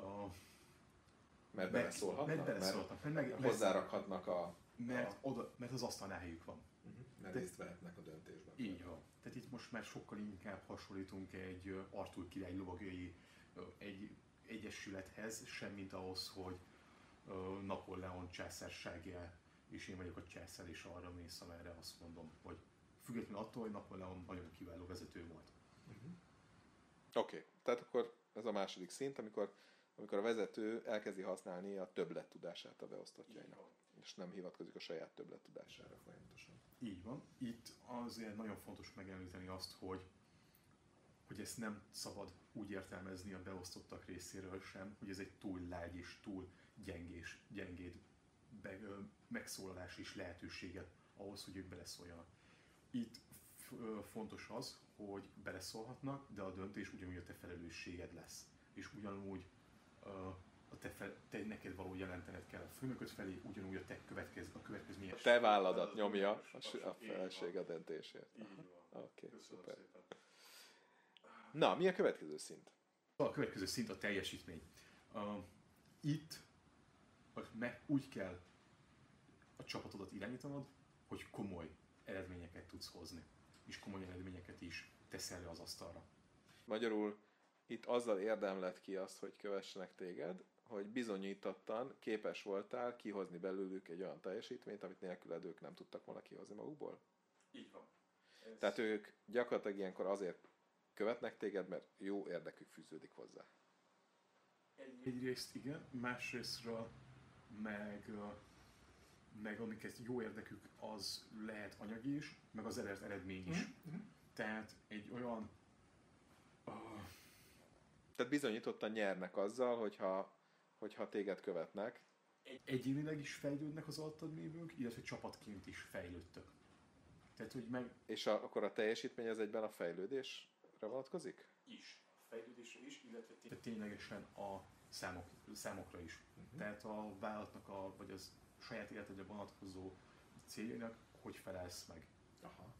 Mert beleszólhatnak? Mert beleszólhatnak. Mert hozzárakhatnak mert az asztalnál helyük van. Mert részt vehetnek a döntésben. Így van. Tehát itt most már sokkal inkább hasonlítunk egy Artúr király lovagjai egy egyesülethez, semmint ahhoz, hogy Napóleon császársággá, és én vagyok a császár, és arra mész, amerre azt mondom, hogy függetlenül attól, hogy Napóleon nagyon kiváló vezető volt. Oké. Tehát akkor ez a második szint, amikor a vezető elkezdi használni a többlettudását a beosztottjainak, és nem hivatkozik a saját többlettudására folyamatosan. Így van. Itt azért nagyon fontos megemlíteni azt, hogy ezt nem szabad úgy értelmezni a beosztottak részéről sem, hogy ez egy túl lágy és túl gyengéd megszólalási lehetőséget ahhoz, hogy ők beleszóljanak. Itt fontos az, hogy beleszólhatnak, de a döntés ugyanúgy a te felelősséged lesz. És ugyanúgy neked való jelentened kell a főnököd felé, ugyanúgy a következményes... A te válladat nyomja a felelősség a döntésért. Oké, szuper. Na, mi a következő szint? A következő szint a teljesítmény. Itt úgy kell a csapatodat irányítanod, hogy komoly eredményeket tudsz hozni. És komoly eredményeket is teszel le az asztalra. Magyarul itt azzal érdemled ki azt, hogy kövessenek téged, hogy bizonyítottan képes voltál kihozni belőlük egy olyan teljesítményt, amit nélküled ők nem tudtak volna kihozni magukból? Így van. Tehát ők gyakorlatilag ilyenkor azért követnek téged, mert jó érdekük fűződik hozzá. Egyrészt igen, másrésztről meg amiket jó érdekük, az lehet anyagi is, meg az elért eredmény is. Tehát egy olyan... Tehát bizonyítottan nyernek azzal, hogyha téged követnek. Egyénileg is fejlődnek az alattad lévők, illetve csapatként is fejlődtök. Tehát, hogy És akkor a teljesítmény az egyben a fejlődésre vonatkozik? Is. A fejlődésre is, illetve ténylegesen a számokra is. Tehát a vállalatnak, vagy az saját életedre vonatkozó céljainak, hogy felelsz meg. Aha.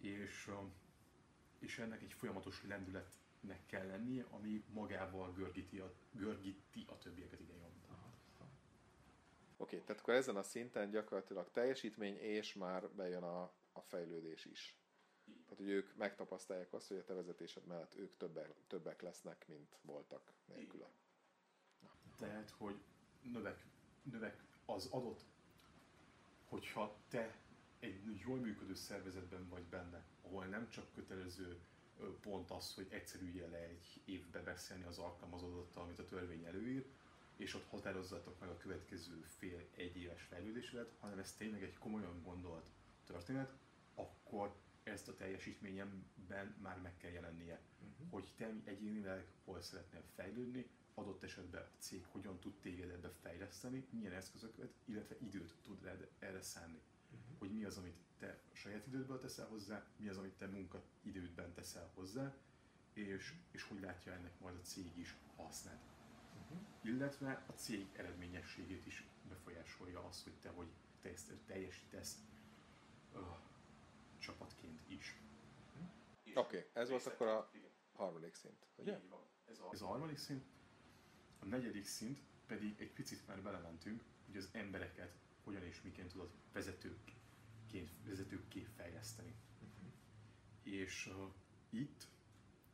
És ennek egy folyamatos lendületnek kell lennie, ami magával görgíti a többieket ide jön. Oké, tehát akkor ezen a szinten gyakorlatilag teljesítmény, és már bejön a fejlődés is. Tehát, hogy ők megtapasztalják azt, hogy a te vezetésed mellett ők többek lesznek, mint voltak nélküle. Tehát, hogy növek az adott, hogyha te egy jól működő szervezetben vagy benne, ahol nem csak kötelező pont az, hogy egyszer üljél le egy évbe beszélni az alkalmazottattal, amit a törvény előír, és ott határozzatok meg a következő egy éves fejlődésedet, hanem ez tényleg egy komolyan gondolt történet, akkor ezt a teljesítményemben már meg kell jelennie. Hogy te egyénileg hol szeretnél fejlődni, adott esetben a cég hogyan tud téged ebbe fejleszteni, milyen eszközöket, illetve időt tud rád erre szánni. Hogy mi az, amit te saját idődből teszel hozzá, mi az, amit te munkaidődben teszel hozzá, és hogy látja ennek majd a cég is hasznát. Illetve a cég eredményességét is befolyásolja az, hogy te ezt teljesítesz csapatként is. Oké, ez volt akkor a harmadik szint, ugye? Ez a harmadik szint. A negyedik szint pedig egy picit már belementünk, hogy az embereket hogyan és miként tudod vezetőkké fejleszteni. És itt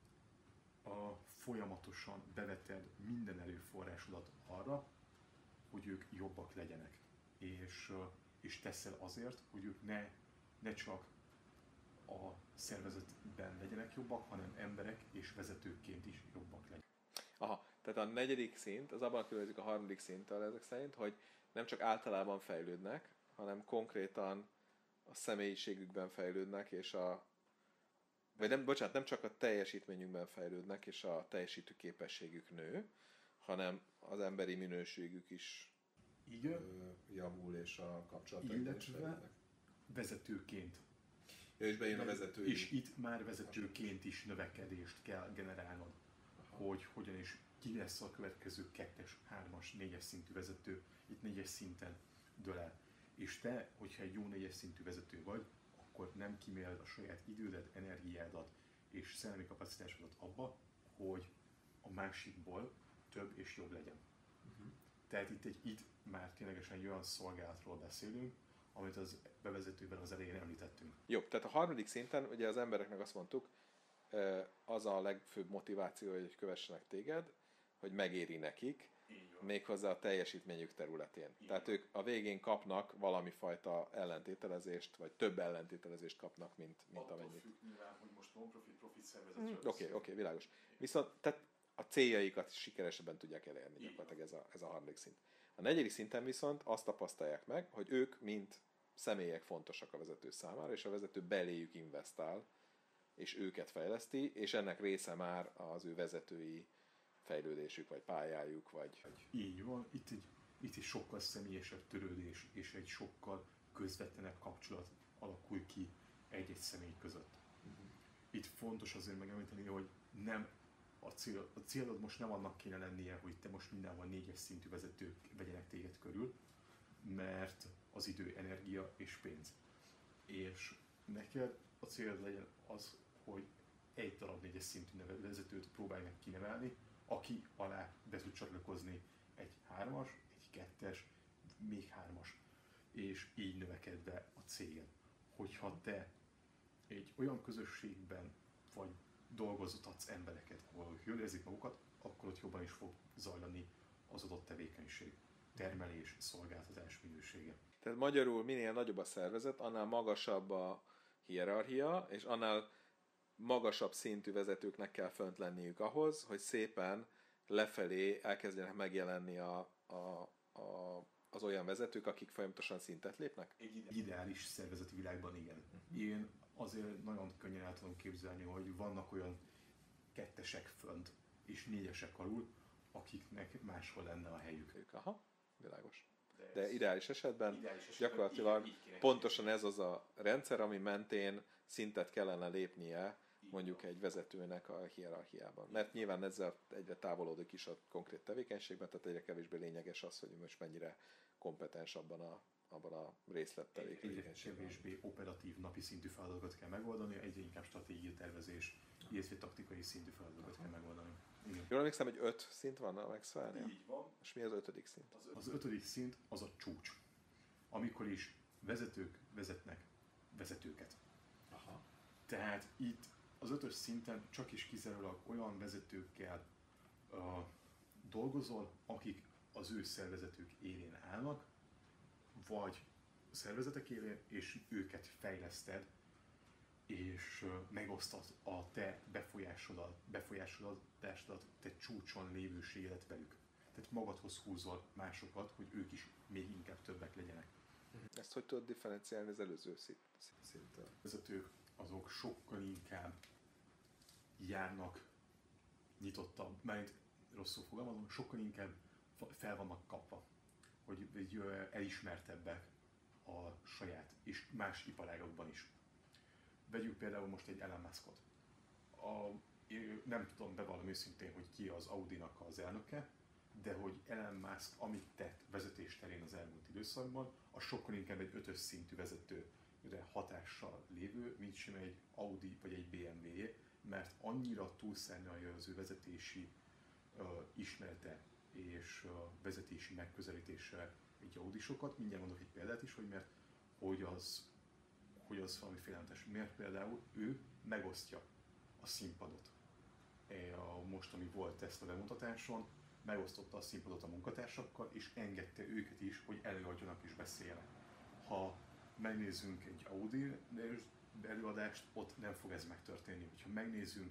folyamatosan beveted minden erőforrásodat arra, hogy ők jobbak legyenek. És teszel azért, hogy ők ne csak a szervezetben legyenek jobbak, hanem emberek és vezetőként is jobbak legyenek. Aha, tehát a negyedik szint, az abban különbözik a harmadik szinttel ezek szerint, hogy nem csak általában fejlődnek, hanem konkrétan a személyiségükben fejlődnek, nem csak a teljesítményükben fejlődnek, és a teljesítő képességük nő, hanem az emberi minőségük is javul, és a kapcsolataik is fejlődnek. Vezetőként. Ja, és bejön a vezetői. És itt már vezetőként is növekedést kell generálnod. Hogy hogyan is ki lesz a következő 2-es, 3-as, 4-es szintű vezető, itt 4-es szinten dől el. És te, hogyha egy jó 4-es szintű vezető vagy, akkor nem kíméled a saját idődet, energiádat és szellemi kapacitásodat abba, hogy a másikból több és jobb legyen. Tehát itt már ténylegesen egy olyan szolgálatról beszélünk, amit az bevezetőben az elején említettünk. Jó, tehát a harmadik szinten ugye az embereknek azt mondtuk, az a legfőbb motiváció, hogy kövessenek téged, hogy megéri nekik, méghozzá a teljesítményük területén. Tehát ők a végén kapnak valami fajta ellentételezést, vagy több ellentételezést kapnak, mint amennyit. Attól függ nyilván, hogy most non-profit szervezetről Oké, világos. Viszont tehát a céljaikat sikeresebben tudják elérni gyakorlatilag ez a harmadik szint. A negyedik szinten viszont azt tapasztalják meg, hogy ők mint személyek fontosak a vezető számára, és a vezető beléjük investál, és őket fejleszti, és ennek része már az ő vezetői fejlődésük, vagy pályájuk, vagy... Így van, itt egy sokkal személyesebb törődés, és egy sokkal közvetlenebb kapcsolat alakul ki egy-egy személy között. Itt fontos azért megemlíteni, hogy nem a célod most nem annak kéne lennie, hogy te most mindenhol 4-es szintű vezetők vegyenek téged körül, mert az idő, energia és pénz. És neked a célod legyen az, hogy egy darab 4-es szintű vezetőt próbálj meg kinevelni, aki alá be tud csatlakozni egy 3-as, egy 2-es, még 3-as. És így növekedve a céged. Hogyha te egy olyan közösségben vagy dolgoztatsz embereket, ahol jól érzik magukat, akkor ott jobban is fog zajlani az adott tevékenység. Termelés, szolgáltatás minősége. Tehát magyarul minél nagyobb a szervezet, annál magasabb a hierarchia, és annál magasabb szintű vezetőknek kell fönt lenniük ahhoz, hogy szépen lefelé elkezdjenek megjelenni az olyan vezetők, akik folyamatosan szintet lépnek? Egy ideális szervezeti világban igen. Én azért nagyon könnyen el tudom képzelni, hogy vannak olyan 2-esek fönt és 4-esek alul, akiknek máshol lenne a helyük. Aha, világos. De ideális esetben gyakorlatilag pontosan ez az a rendszer, ami mentén szintet kellene lépnie mondjuk egy vezetőnek a hierarchiában. Mert nyilván ezzel egyre távolodik is a konkrét tevékenységben, tehát egyre kevésbé lényeges az, hogy most mennyire kompetens abban a részlettevékenységben. Egyre kevésbé operatív napi szintű feladatokat kell megoldani, egyre inkább stratégiai tervezés, illetve taktikai szintű feladatokat kell megoldani. Igen. Jól emlékszem, hogy 5 szint van a Maxwell-nél? Így van. És mi az 5. szint? Az 5. szint az a csúcs, amikor is vezetők vezetnek vezetőket. Aha. Tehát itt az 5. szinten csak is kizárólag olyan vezetőkkel dolgozol, akik az ő szervezetük élén állnak, vagy szervezetek élén, és őket fejleszted, és megosztod a te befolyásolásodat, te csúcson lévőségedet velük. Tehát magadhoz húzol másokat, hogy ők is még inkább többek legyenek. Ezt hogy tudod differenciálni az előző szinttől? A vezetők azok sokkal inkább járnak nyitottabb, mert rosszul fogalmazom, sokkal inkább fel vannak kapva, hogy elismertebbek a saját és más iparágokban is. Vegyük például most egy Elon Muskot. Én nem tudom bevallom őszintén, hogy ki az Audi-nak az elnöke, de hogy Elon Musk, amit tett vezetés terén az elmúlt időszakban, az sokkal inkább egy 5-ös szintű vezetőre hatással lévő, mint sem egy Audi vagy egy BMW-je, mert annyira túlszárnyalja az ő vezetési ismerete és vezetési megközelítése egy Audisokat. Mindjárt mondok egy példát is, hogy az valami félelmetes. Miért például ő megosztja a színpadot. A mostani volt ezt a bemutatáson, megosztotta a színpadot a munkatársakkal, és engedte őket is, hogy előadjanak és beszéljenek. Ha megnézzünk egy Audi előadást, ott nem fog ez megtörténni. Ha megnézzünk,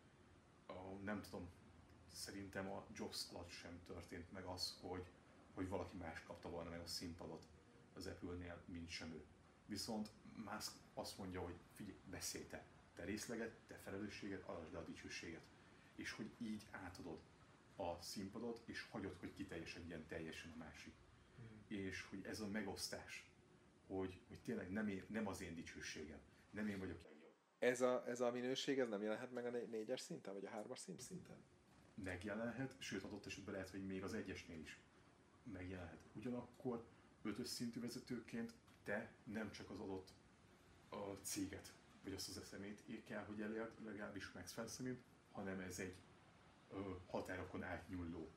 nem tudom, szerintem a Jobs alatt sem történt meg az, hogy valaki más kapta volna meg a színpadot az Apple-nél, mint sem ő. Viszont Musk azt mondja, hogy figyelj, beszélj te részleget, te felelősséget, alasd le a dicsőséget. És hogy így átadod a színpadot, és hagyod, hogy kiteljesedjen teljesen a másik. És hogy ez a megosztás, hogy tényleg nem az én dicsőségem, nem én vagyok legjobb. Ez a minőség, ez nem jelenhet meg a 4-es szinten, vagy a 3-as szinten? Megjelenhet, sőt adott esetben lehet, hogy még az 1-esnél is megjelenhet. Ugyanakkor 5-ös szintű vezetőként te nem csak az adott céget, vagy azt az eszemét kell, hogy elérd, legalábbis Maxwell szerint, hanem ez egy határokon átnyúló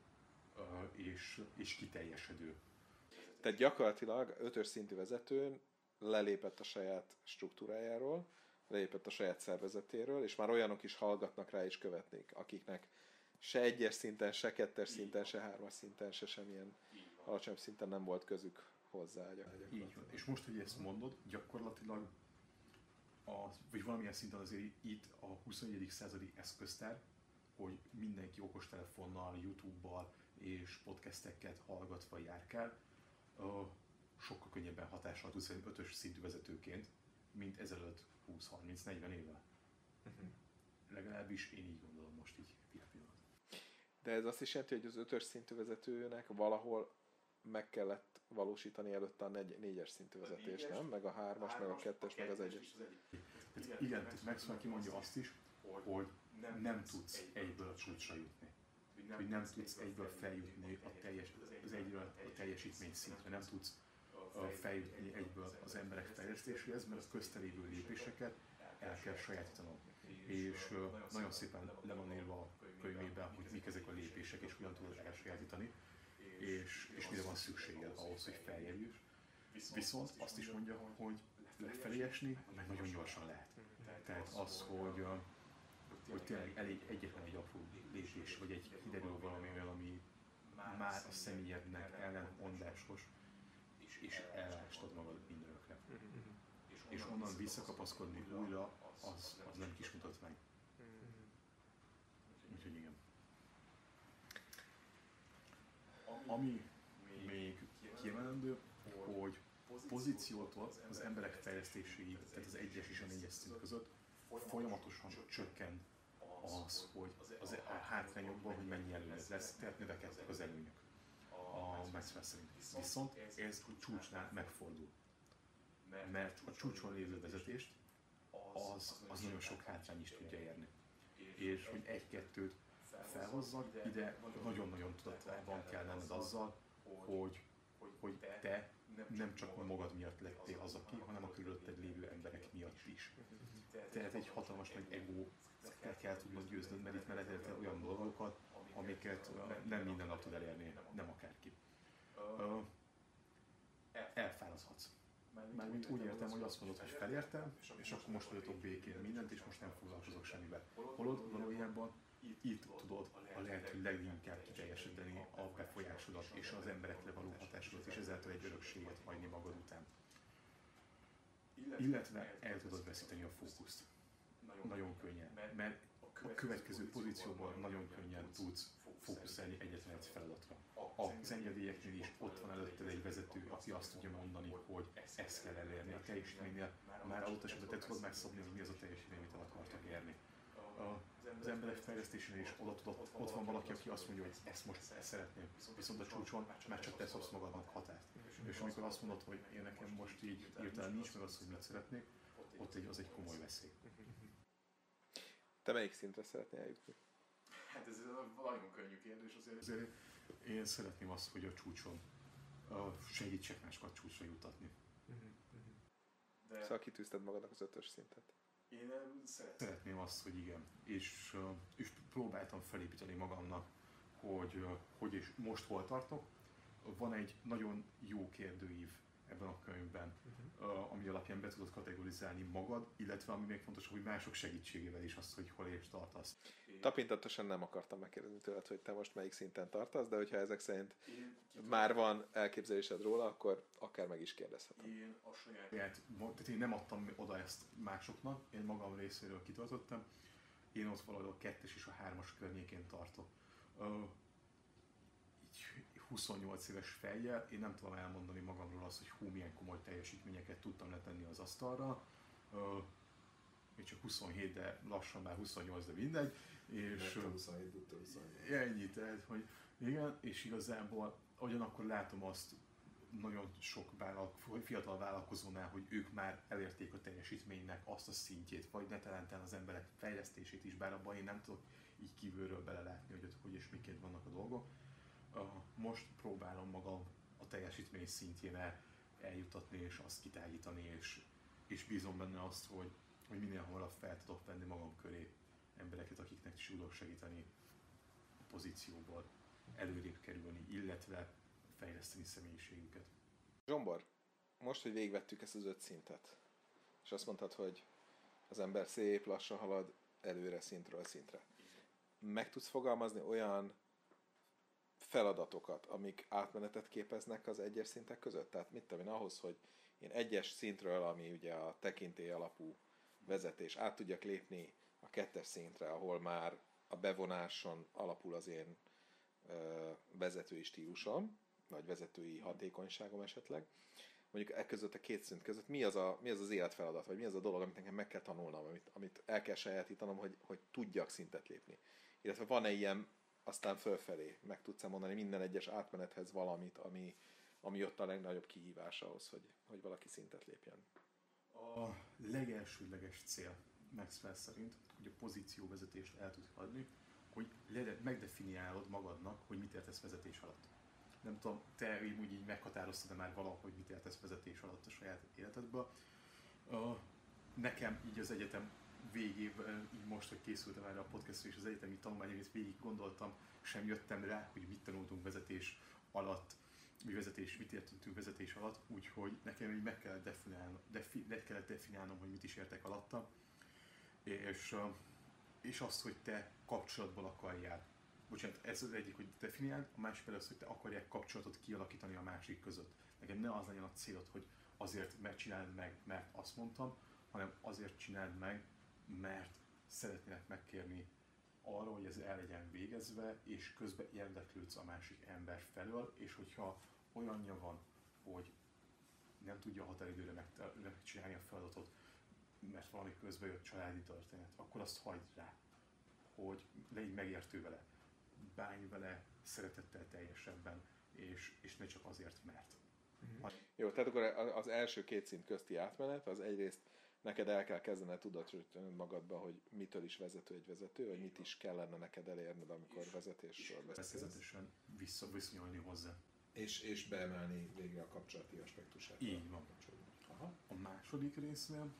és kiteljesedő. Tehát gyakorlatilag 5-ös szintű vezetőn lelépett a saját struktúrájáról, lelépett a saját szervezetéről, és már olyanok is hallgatnak rá és követnék, akiknek se 1-es szinten, se 2-es szinten, se 3-as szinten, se semmilyen alacsonyabb szinten nem volt közük hozzá. Így van. És most, hogy ezt mondod, gyakorlatilag vagy valamilyen szinten azért itt a 21. századi eszköztár, hogy mindenki okostelefonnal, YouTube-bal és podcasteket hallgatva járkál, sokkal könnyebben hatással tudsz lenni 5-ös szintű vezetőként, mint ezelőtt 20-30-40 évvel. Legalábbis én így gondolom most így pillanat. De ez azt is jelenti, hogy az 5-ös szintű vezetőnek valahol meg kellett valósítani előtte a 4-es szintű vezetést, nem? Meg a 3-as, meg a 2-es, meg az 1-es. Igen, Maxwell kimondja azt is, hogy nem tudsz egyből a csúcsra jutni. Hogy nem tudsz egyből feljutni az egyről a teljesítmény szintre, nem tudsz feljutni egyből az emberek fejlesztéséhez, mert a közte lévő lépéseket el kell sajátítanom. És nagyon szépen le van írva a könyvében, hogy mik ezek a lépések, és hogyan tudod elsajátítani, és mire van szükséged ahhoz, hogy feljebb juss. Viszont azt is mondja, hogy lefelé esni, meg nagyon gyorsan lehet. Tehát az, hogy tényleg elég egyetlen egy apró lépés, vagy egy kiderül valami olyan, ami már a személyednek ellentmondásos, és elástad magad mindenökre. És onnan visszakapaszkodni újra, az nem kis mutatvány. Úgyhogy igen. Ami még kiemelendő, hogy pozíciótól az emberek fejlesztéséig, tehát az 1-es és a 4-es szint között folyamatosan csökken az, hogy a hátrányokban, hogy mennyi előny lesz, tehát növekedtek az előnyök a Maxwell szerint. Viszont ez a csúcsnál megfordul. Mert a csúcson lévő vezetést az nagyon sok hátrány is tudja érni. És hogy 1-2-t felhozzak, ide nagyon-nagyon tudatában kell lenned azzal, hogy te nem csak magad miatt lettél az, aki, hanem a körülötted lévő emberek miatt is. Tehát egy hatalmas nagy ego kell tudnod győznöd, mert itt mellettelte olyan dolgokat, amiket nem minden nap tud elérni, nem akárki. Elfáradhatsz. Mármint úgy értem, hogy azt mondod, hogy felértem, és akkor most vagyok békén mindent, és most nem foglalkozok semmivel. Holod valójában itt tudod a lehető leginkább kiteljesíteni a befolyásodat és az emberekre való hatásodat, és ezáltal egy örökséget hagyni magad után. Illetve el tudod veszíteni a fókuszt. Nagyon könnyen, mert a következő pozícióban nagyon könnyen tudsz fókuszálni egyetlen egy feladatra. Az engedélyeknél is ott van előtted egy vezető, aki azt tudja mondani, hogy ezt kell elérni. A teljesítménynél már adott esetben te tudod megszabni, hogy mi az a teljesítmény, amit el akartak érni. Az emberek fejlesztésénél is ott van valaki, aki azt mondja, hogy ezt szeretném. Viszont a csúcson már csak te szabsz magadnak határt. És amikor azt mondod, hogy én nekem most így hirtelen nincs meg az, hogy mit szeretnék, ott az egy komoly veszély. Te melyik szintre szeretnél eljutni? Hát ez nagyon könnyű kérdés azért. Én szeretném azt, hogy a csúcson segítsek másokat csúcsra jutatni. Szóval kitűzted magadnak az 5-ös szintet. Én szeretném azt, hogy igen. És próbáltam felépíteni magamnak, hogy és most hol tartok. Van egy nagyon jó kérdőív ebben a könyvben, ami alapján be tudod kategorizálni magad, illetve ami még fontos, hogy mások segítségével is azt, hogy hol és tartasz. Tapintatosan nem akartam megkérdezni tőled, hogy te most melyik szinten tartasz, de hogyha ezek szerint már van elképzelésed róla, akkor akár meg is kérdezhetem. Én a saját, tehát én nem adtam oda ezt másoknak, én magam részéről kitartottam. Én ott valahol a 2-es és a 3-as környékén tartok. Így 28 éves fejjel én nem tudom elmondani magamról azt, hogy hú, milyen komoly teljesítményeket tudtam letenni az asztalra. Még csak 27, de lassan már 28, de mindegy. És 27, tudta 27. Ennyi, tehát, hogy igen, és igazából ugyanakkor látom azt nagyon sok fiatal vállalkozónál, hogy ők már elérték a teljesítménynek azt a szintjét, vagy netán az emberek fejlesztését is, bár abban én nem tudok így kívülről belelátni, hogy ott hogy és miként vannak a dolgok. Most próbálom magam a teljesítmény szintjére eljutatni, és azt kitágítani, és bízom benne azt, hogy minél hamarabb fel tudok venni magam köré embereket, akiknek is tudok segíteni a pozícióból előrébb kerülni, illetve fejleszteni személyiségüket. Zsombor, most, hogy végigvettük ezt az 5 szintet, és azt mondtad, hogy az ember szép lassan halad előre szintről szintre. Meg tudsz fogalmazni olyan feladatokat, amik átmenetet képeznek az egyes szintek között? Tehát mit tudom én, ahhoz, hogy én egyes szintről, ami ugye a tekintély alapú vezetés, át tudjak lépni a 2-es szintre, ahol már a bevonáson alapul az én vezetői stílusom, vagy vezetői hatékonyságom esetleg. Mondjuk e között a 2 szint között mi az az életfeladat, vagy mi az a dolog, amit nekem meg kell tanulnom, amit el kell sajátítanom, hogy tudjak szintet lépni. Illetve van-e ilyen aztán fölfelé, meg tudsz mondani minden egyes átmenethez valamit, ami ott a legnagyobb kihívás ahhoz, hogy valaki szintet lépjen. A legelsődleges cél Maxwell szerint, hogy a pozícióvezetést el tud adni, hogy megdefiniálod magadnak, hogy mit értesz vezetés alatt. Nem tudom, te úgy így meghatároztad már valahogy, mit értesz vezetés alatt a saját életedből. Nekem így az egyetem végében, így most, hogy készültem erre a podcastra, és az egyetemi tanulmányomat végig gondoltam, sem jöttem rá, hogy mit tanultunk vezetés alatt, mit értünk vezetés alatt, úgyhogy nekem így meg kellett definiálnom, hogy mit is értek alatta, és azt, hogy te kapcsolatból akarjál. Bocsánat, ez az egyik, hogy definiáld, a másik pedig az, hogy te akarják kapcsolatot kialakítani a másik között. Nekem ne az legyen a célod, hogy azért megcsináld meg, mert azt mondtam, hanem azért csináld meg, mert szeretnének megkérni arra, hogy ez el legyen végezve, és közben érdeklődsz a másik ember felől, és hogyha olyanja van, hogy nem tudja a határidőre megcsinálni a feladatot, mert valami közben jött családi történet, akkor azt hagyd rá, hogy légy megértő vele, bánj vele szeretettel teljesebben, és ne csak azért, mert. Jó, tehát akkor az első 2 szint közti átmenet, az egyrészt neked el kell kezdened tudatosítani magadba, hogy mitől is vezető egy vezető, vagy mit is kellene neked elérned, amikor vezetésről beszélsz. Vezetősen viszonyolni hozzá. És beemelni végre a kapcsolati aspektusát. Így van. Aha. A második résznél,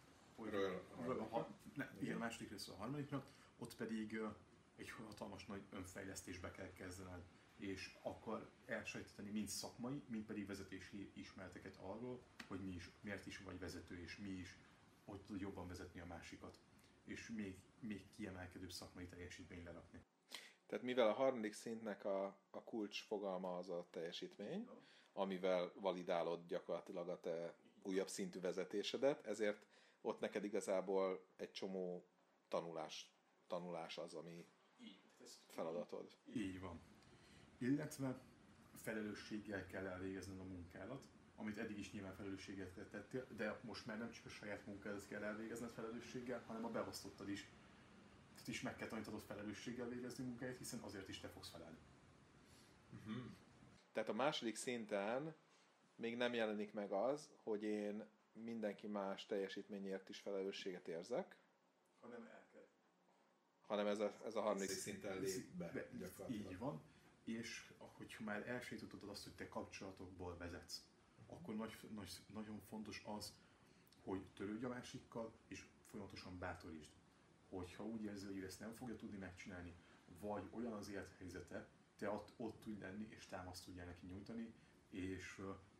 a második részről a harmadikra, ott pedig egy hatalmas nagy önfejlesztésbe kell kezdened, és akkor elsajátítani mind szakmai, mind pedig vezetési ismereteket arról, hogy miért is vagy vezető, és mi is, hogy tudod jobban vezetni a másikat, és még kiemelkedőbb szakmai teljesítményt lerakni. Tehát mivel a harmadik szintnek a kulcs fogalma az a teljesítmény, amivel validálod gyakorlatilag a te újabb szintű vezetésedet, ezért ott neked igazából egy csomó tanulás az, ami feladatod. Így van. Illetve felelősséggel kell elvégezned a munkádat, amit eddig is nyilván felelősséggel tettél, de most már nem csak a saját munkádat kell elvégezned felelősséggel, hanem a beosztottad is. Tehát is meg kell tanítanod felelősséggel végezni munkáját, hiszen azért is te fogsz felelni. Uh-huh. Tehát a második szinten még nem jelenik meg az, hogy én mindenki más teljesítményért is felelősséget érzek, hanem ez a harmadik szinten lép be gyakorlatilag. Így van, és hogyha már elsajátítottad azt, hogy te kapcsolatokból vezetsz, akkor nagyon fontos az, hogy törődj a másikkal, és folyamatosan bátorítsd. Hogyha úgy érzi, hogy ezt nem fogja tudni megcsinálni, vagy olyan az élethelyzete, te ott tudj lenni, és támaszt tudjál neki nyújtani, és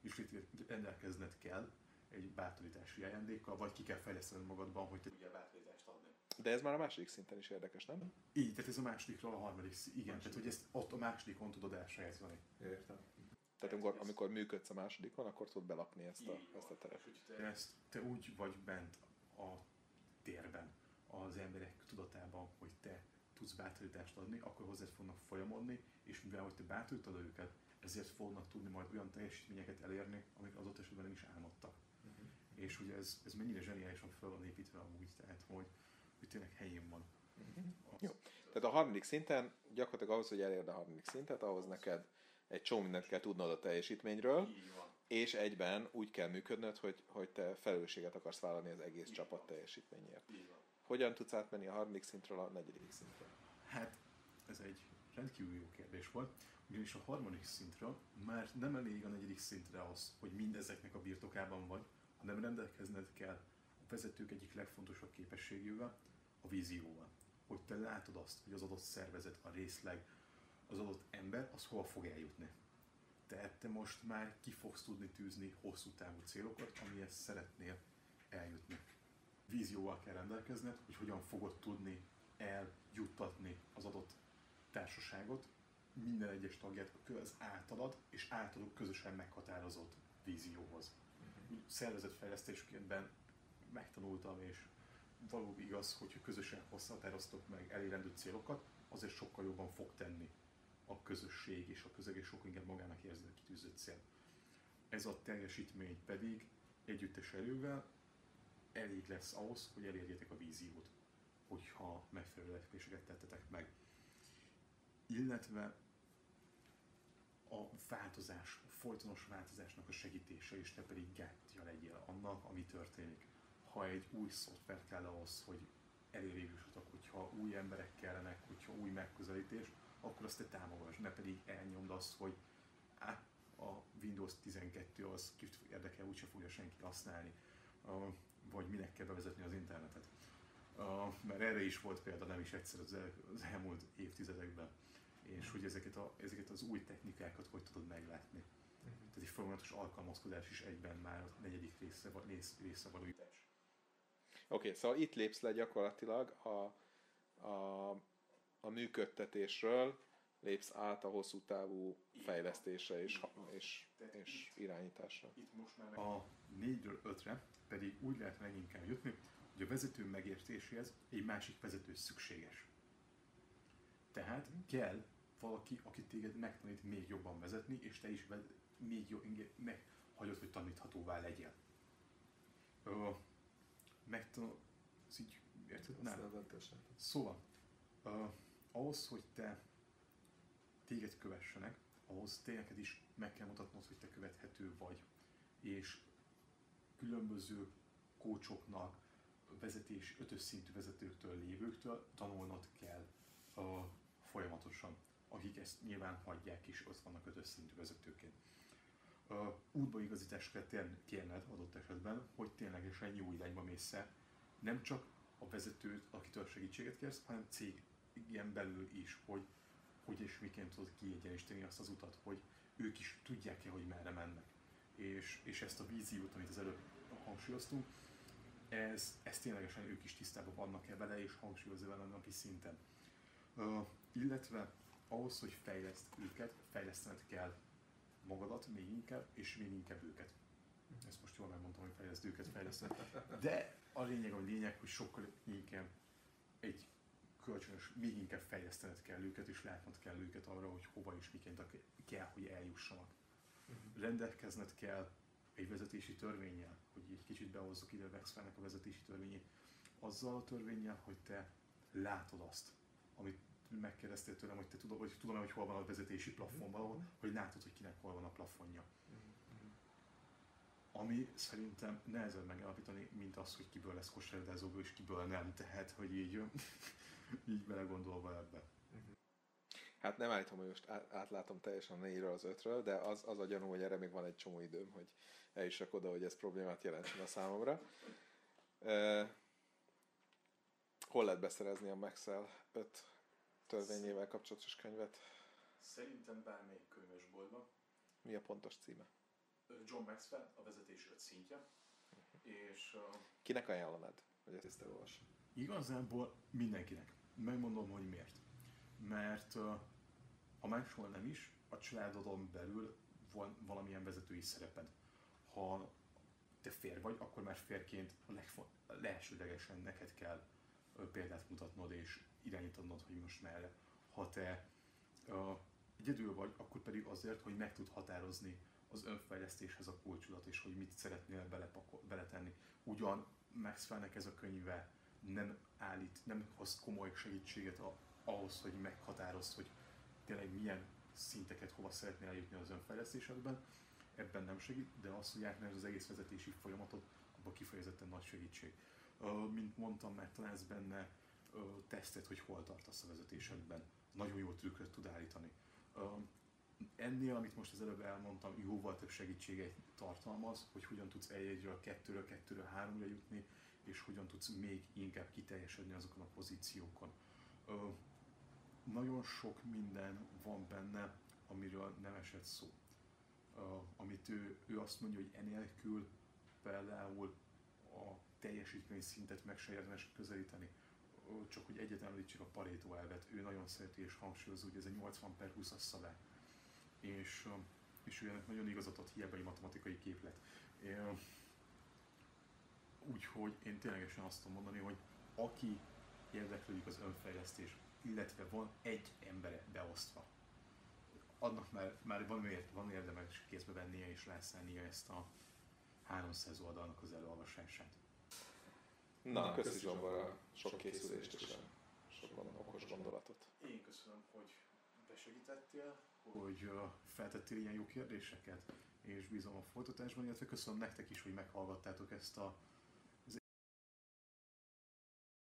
és rendelkezned kell egy bátorítási ajándékkal, vagy ki kell fejlesztened magadban, hogy te tudjál bátorítást adni. De ez már a második szinten is érdekes, nem? Így, tehát ez a másodikról a harmadik szint. Igen, tehát hogy ezt ott a másodikon tudod elsajátítani. Értem. Tehát amikor működsz a másodikon, akkor tudod belakni ezt a teret. Te úgy vagy bent a térben, az emberek tudatában, hogy te tudsz bátorítást adni, akkor hozzád fognak folyamodni, és mivel hogy te bátorítod őket, ezért fognak tudni majd olyan teljesítményeket elérni, amik adott esetben nem is álmodtak. És ugye ez mennyire zseniálisan fel van építve amúgy, tehát hogy tényleg helyén van. Jó. Tehát a harmadik szinten, gyakorlatilag ahhoz, hogy elérd a harmadik szintet, ahhoz neked egy csomó mindent kell tudnod a teljesítményről, és egyben úgy kell működnöd, hogy te felelősséget akarsz vállalni az egész csapat teljesítményért. Hogyan tudsz átmenni a harmadik szintről a negyedik szintre? Hát, ez egy rendkívül jó kérdés volt, ugyanis a harmadik szintről már nem elég a negyedik szintre az, hogy mindezeknek a birtokában vagy, hanem rendelkezned kell a vezetők egyik legfontosabb képességével, a vízióval. Hogy te látod azt, hogy az adott szervezet, a részleg, az adott ember, az hova fog eljutni. Tehát te most már ki fogsz tudni tűzni hosszú távú célokat, amihez szeretnél eljutni. Vízióval kell rendelkezned, hogy hogyan fogod tudni eljuttatni az adott társaságot, minden egyes tagját az általad és általuk közösen meghatározott vízióhoz. Szervezetfejlesztésben megtanultam, és valóban igaz, hogy közösen határoztok meg elérendő célokat, azért sokkal jobban fog tenni a közösség és a közeg, és sokkal inkább magának érzi a kitűzött cél. Ez a teljesítmény pedig együttes erővel elég lesz ahhoz, hogy elérjétek a víziót, hogyha megfelelő lépéseket tettetek meg. Illetve a változás, a folytonos változásnak a segítése, és te pedig gátja legyél annak, ami történik. Ha egy új szoftver kell ahhoz, hogy elérjük, hogyha új emberek kellenek, hogyha új megközelítés, akkor azt te támogass, ne pedig elnyomd azt, hogy a Windows 12 az kit érdekel, úgyse fogja senki használni, vagy minek kell bevezetni az internetet. Mert erre is volt példa nem is egyszer az elmúlt évtizedekben, és hogy ezeket az új technikákat hogy tudod meglátni. Tehát egy folyamatos alkalmazkodás is egyben már a negyedik része valójítás. Oké, szóval itt lépsz le gyakorlatilag a működtetésről, lépsz át a hosszú távú fejlesztésre és irányításra. Itt most már a 4-ről 5-re pedig úgy lehet leginkább jutni, hogy a vezető megértéséhez egy másik vezető szükséges. Tehát kell valaki, aki téged megtanít még jobban vezetni, és te is még jobban meghagyod, hogy taníthatóvá legyél. Így, érted? Nem. Szóval, ahhoz, hogy téged kövessenek, ahhoz te neked is meg kell mutatnod, hogy te követhető vagy. És különböző kócsoknak, vezetés, 5-ös szintű vezetőktől, lévőktől tanulnod kell folyamatosan, akik ezt nyilván hagyják is, ott vannak 5-ös szintű vezetőként. Útbaigazítást kell kérned adott esetben, hogy ténylegesen jó irányba mész el. Nem csak a vezetőt, akitől segítséget kérsz, hanem cégen belül is, hogy és miként tudod kiegyenlíteni azt az utat, hogy ők is tudják-e, hogy merre mennek. És ezt a víziót, amit az előbb hangsúlyoztunk, ez ténylegesen ők is tisztában vannak-e vele, és hangsúlyozza vele napi szinten. Illetve ahhoz, hogy fejleszd őket, fejlesztened kell magadat még inkább, és még inkább őket. Ezt most jól megmondtam, hogy fejleszd őket, fejlesztened. De a lényeg, hogy sokkal inkább egy kölcsönös, még inkább fejlesztened kell őket, és látnod kell őket arra, hogy hova és miként kell, hogy eljussanak. Rendelkezned kell egy vezetési törvénnyel, hogy egy kicsit behozzuk ide a Wexfeldnek a vezetési törvényét, azzal a törvénnyel, hogy te látod azt, amit megkérdeztél tőlem, hogy te tudom, hogy hol van a vezetési plafon valahol, hogy látod, hogy kinek hol van a plafonja. Ami szerintem nehezebb megállapítani, mint az, hogy kiből lesz kosárlabdázóból és kiből nem, tehát, hogy így belegondolva ebbe. Hát nem állítom, hogy most átlátom teljesen a 4-ről az 5-ről, de az a gyanú, hogy erre még van egy csomó időm, hogy eljussak oda, hogy ez problémát jelentsen a számomra. Hol lehet beszerezni a Maxwell 5 törvényével kapcsolatos könyvet? Szerintem bármelyik könyvesboltban. Mi a pontos címe? John Maxwell, a vezetés 5 szintje, és Kinek ajánlanád, hogy ezt elolvas? igazából mindenkinek. Megmondom, hogy miért. Mert ha máshol nem is, a családodon belül van valamilyen vezetői szereped. Ha te férj vagy, akkor már férként leesődlegesen neked kell példát mutatnod és irányítanod, hogy most merre. Ha te egyedül vagy, akkor pedig azért, hogy meg tud határozni az önfejlesztéshez a kulcsodat, és hogy mit szeretnél beletenni. Ugyan Maxwellnek ez a könyve nem hoz komoly segítséget ahhoz, hogy meghatározd, hogy tényleg milyen szinteket hova szeretnél eljutni az önfejlesztésedben, ebben nem segít, de az, hogy átmened az egész vezetési folyamatot, abban kifejezetten nagy segítség. Mint mondtam, mert találsz benne tesztet, hogy hol tartasz a vezetésedben. Nagyon jó trükköt tud állítani. Ennél, amit most az előbb elmondtam, jóval több segítséget tartalmaz, hogy hogyan tudsz egyről, kettőről, háromra jutni, és hogyan tudsz még inkább kiteljesedni azokon a pozíciókon. Nagyon sok minden van benne, amiről nem esett szó. Amit ő azt mondja, hogy enélkül például a teljesítmény szintet meg se érdemes közelíteni. Csak hogy egyet említsük a Pareto elvet, ő nagyon szereti és hangsúlyozza, hogy ez egy 80/20-as szabály. És ő ennek nagyon igazat ad, hiába egy matematikai képlet. Úgyhogy én ténylegesen azt tudom mondani, hogy aki érdeklődik az önfejlesztés, illetve van egy embere beosztva, annak már van érdemes kézbe vennie és leszállnia ezt a 300 oldalnak az elolvasását. Na, köszi Zsombor, sok készülést és sok okos gondolatot. Én köszönöm, hogy besegítettél, hogy feltettél ilyen jó kérdéseket, és bízom a folytatásban, illetve köszönöm nektek is, hogy meghallgattátok ezt a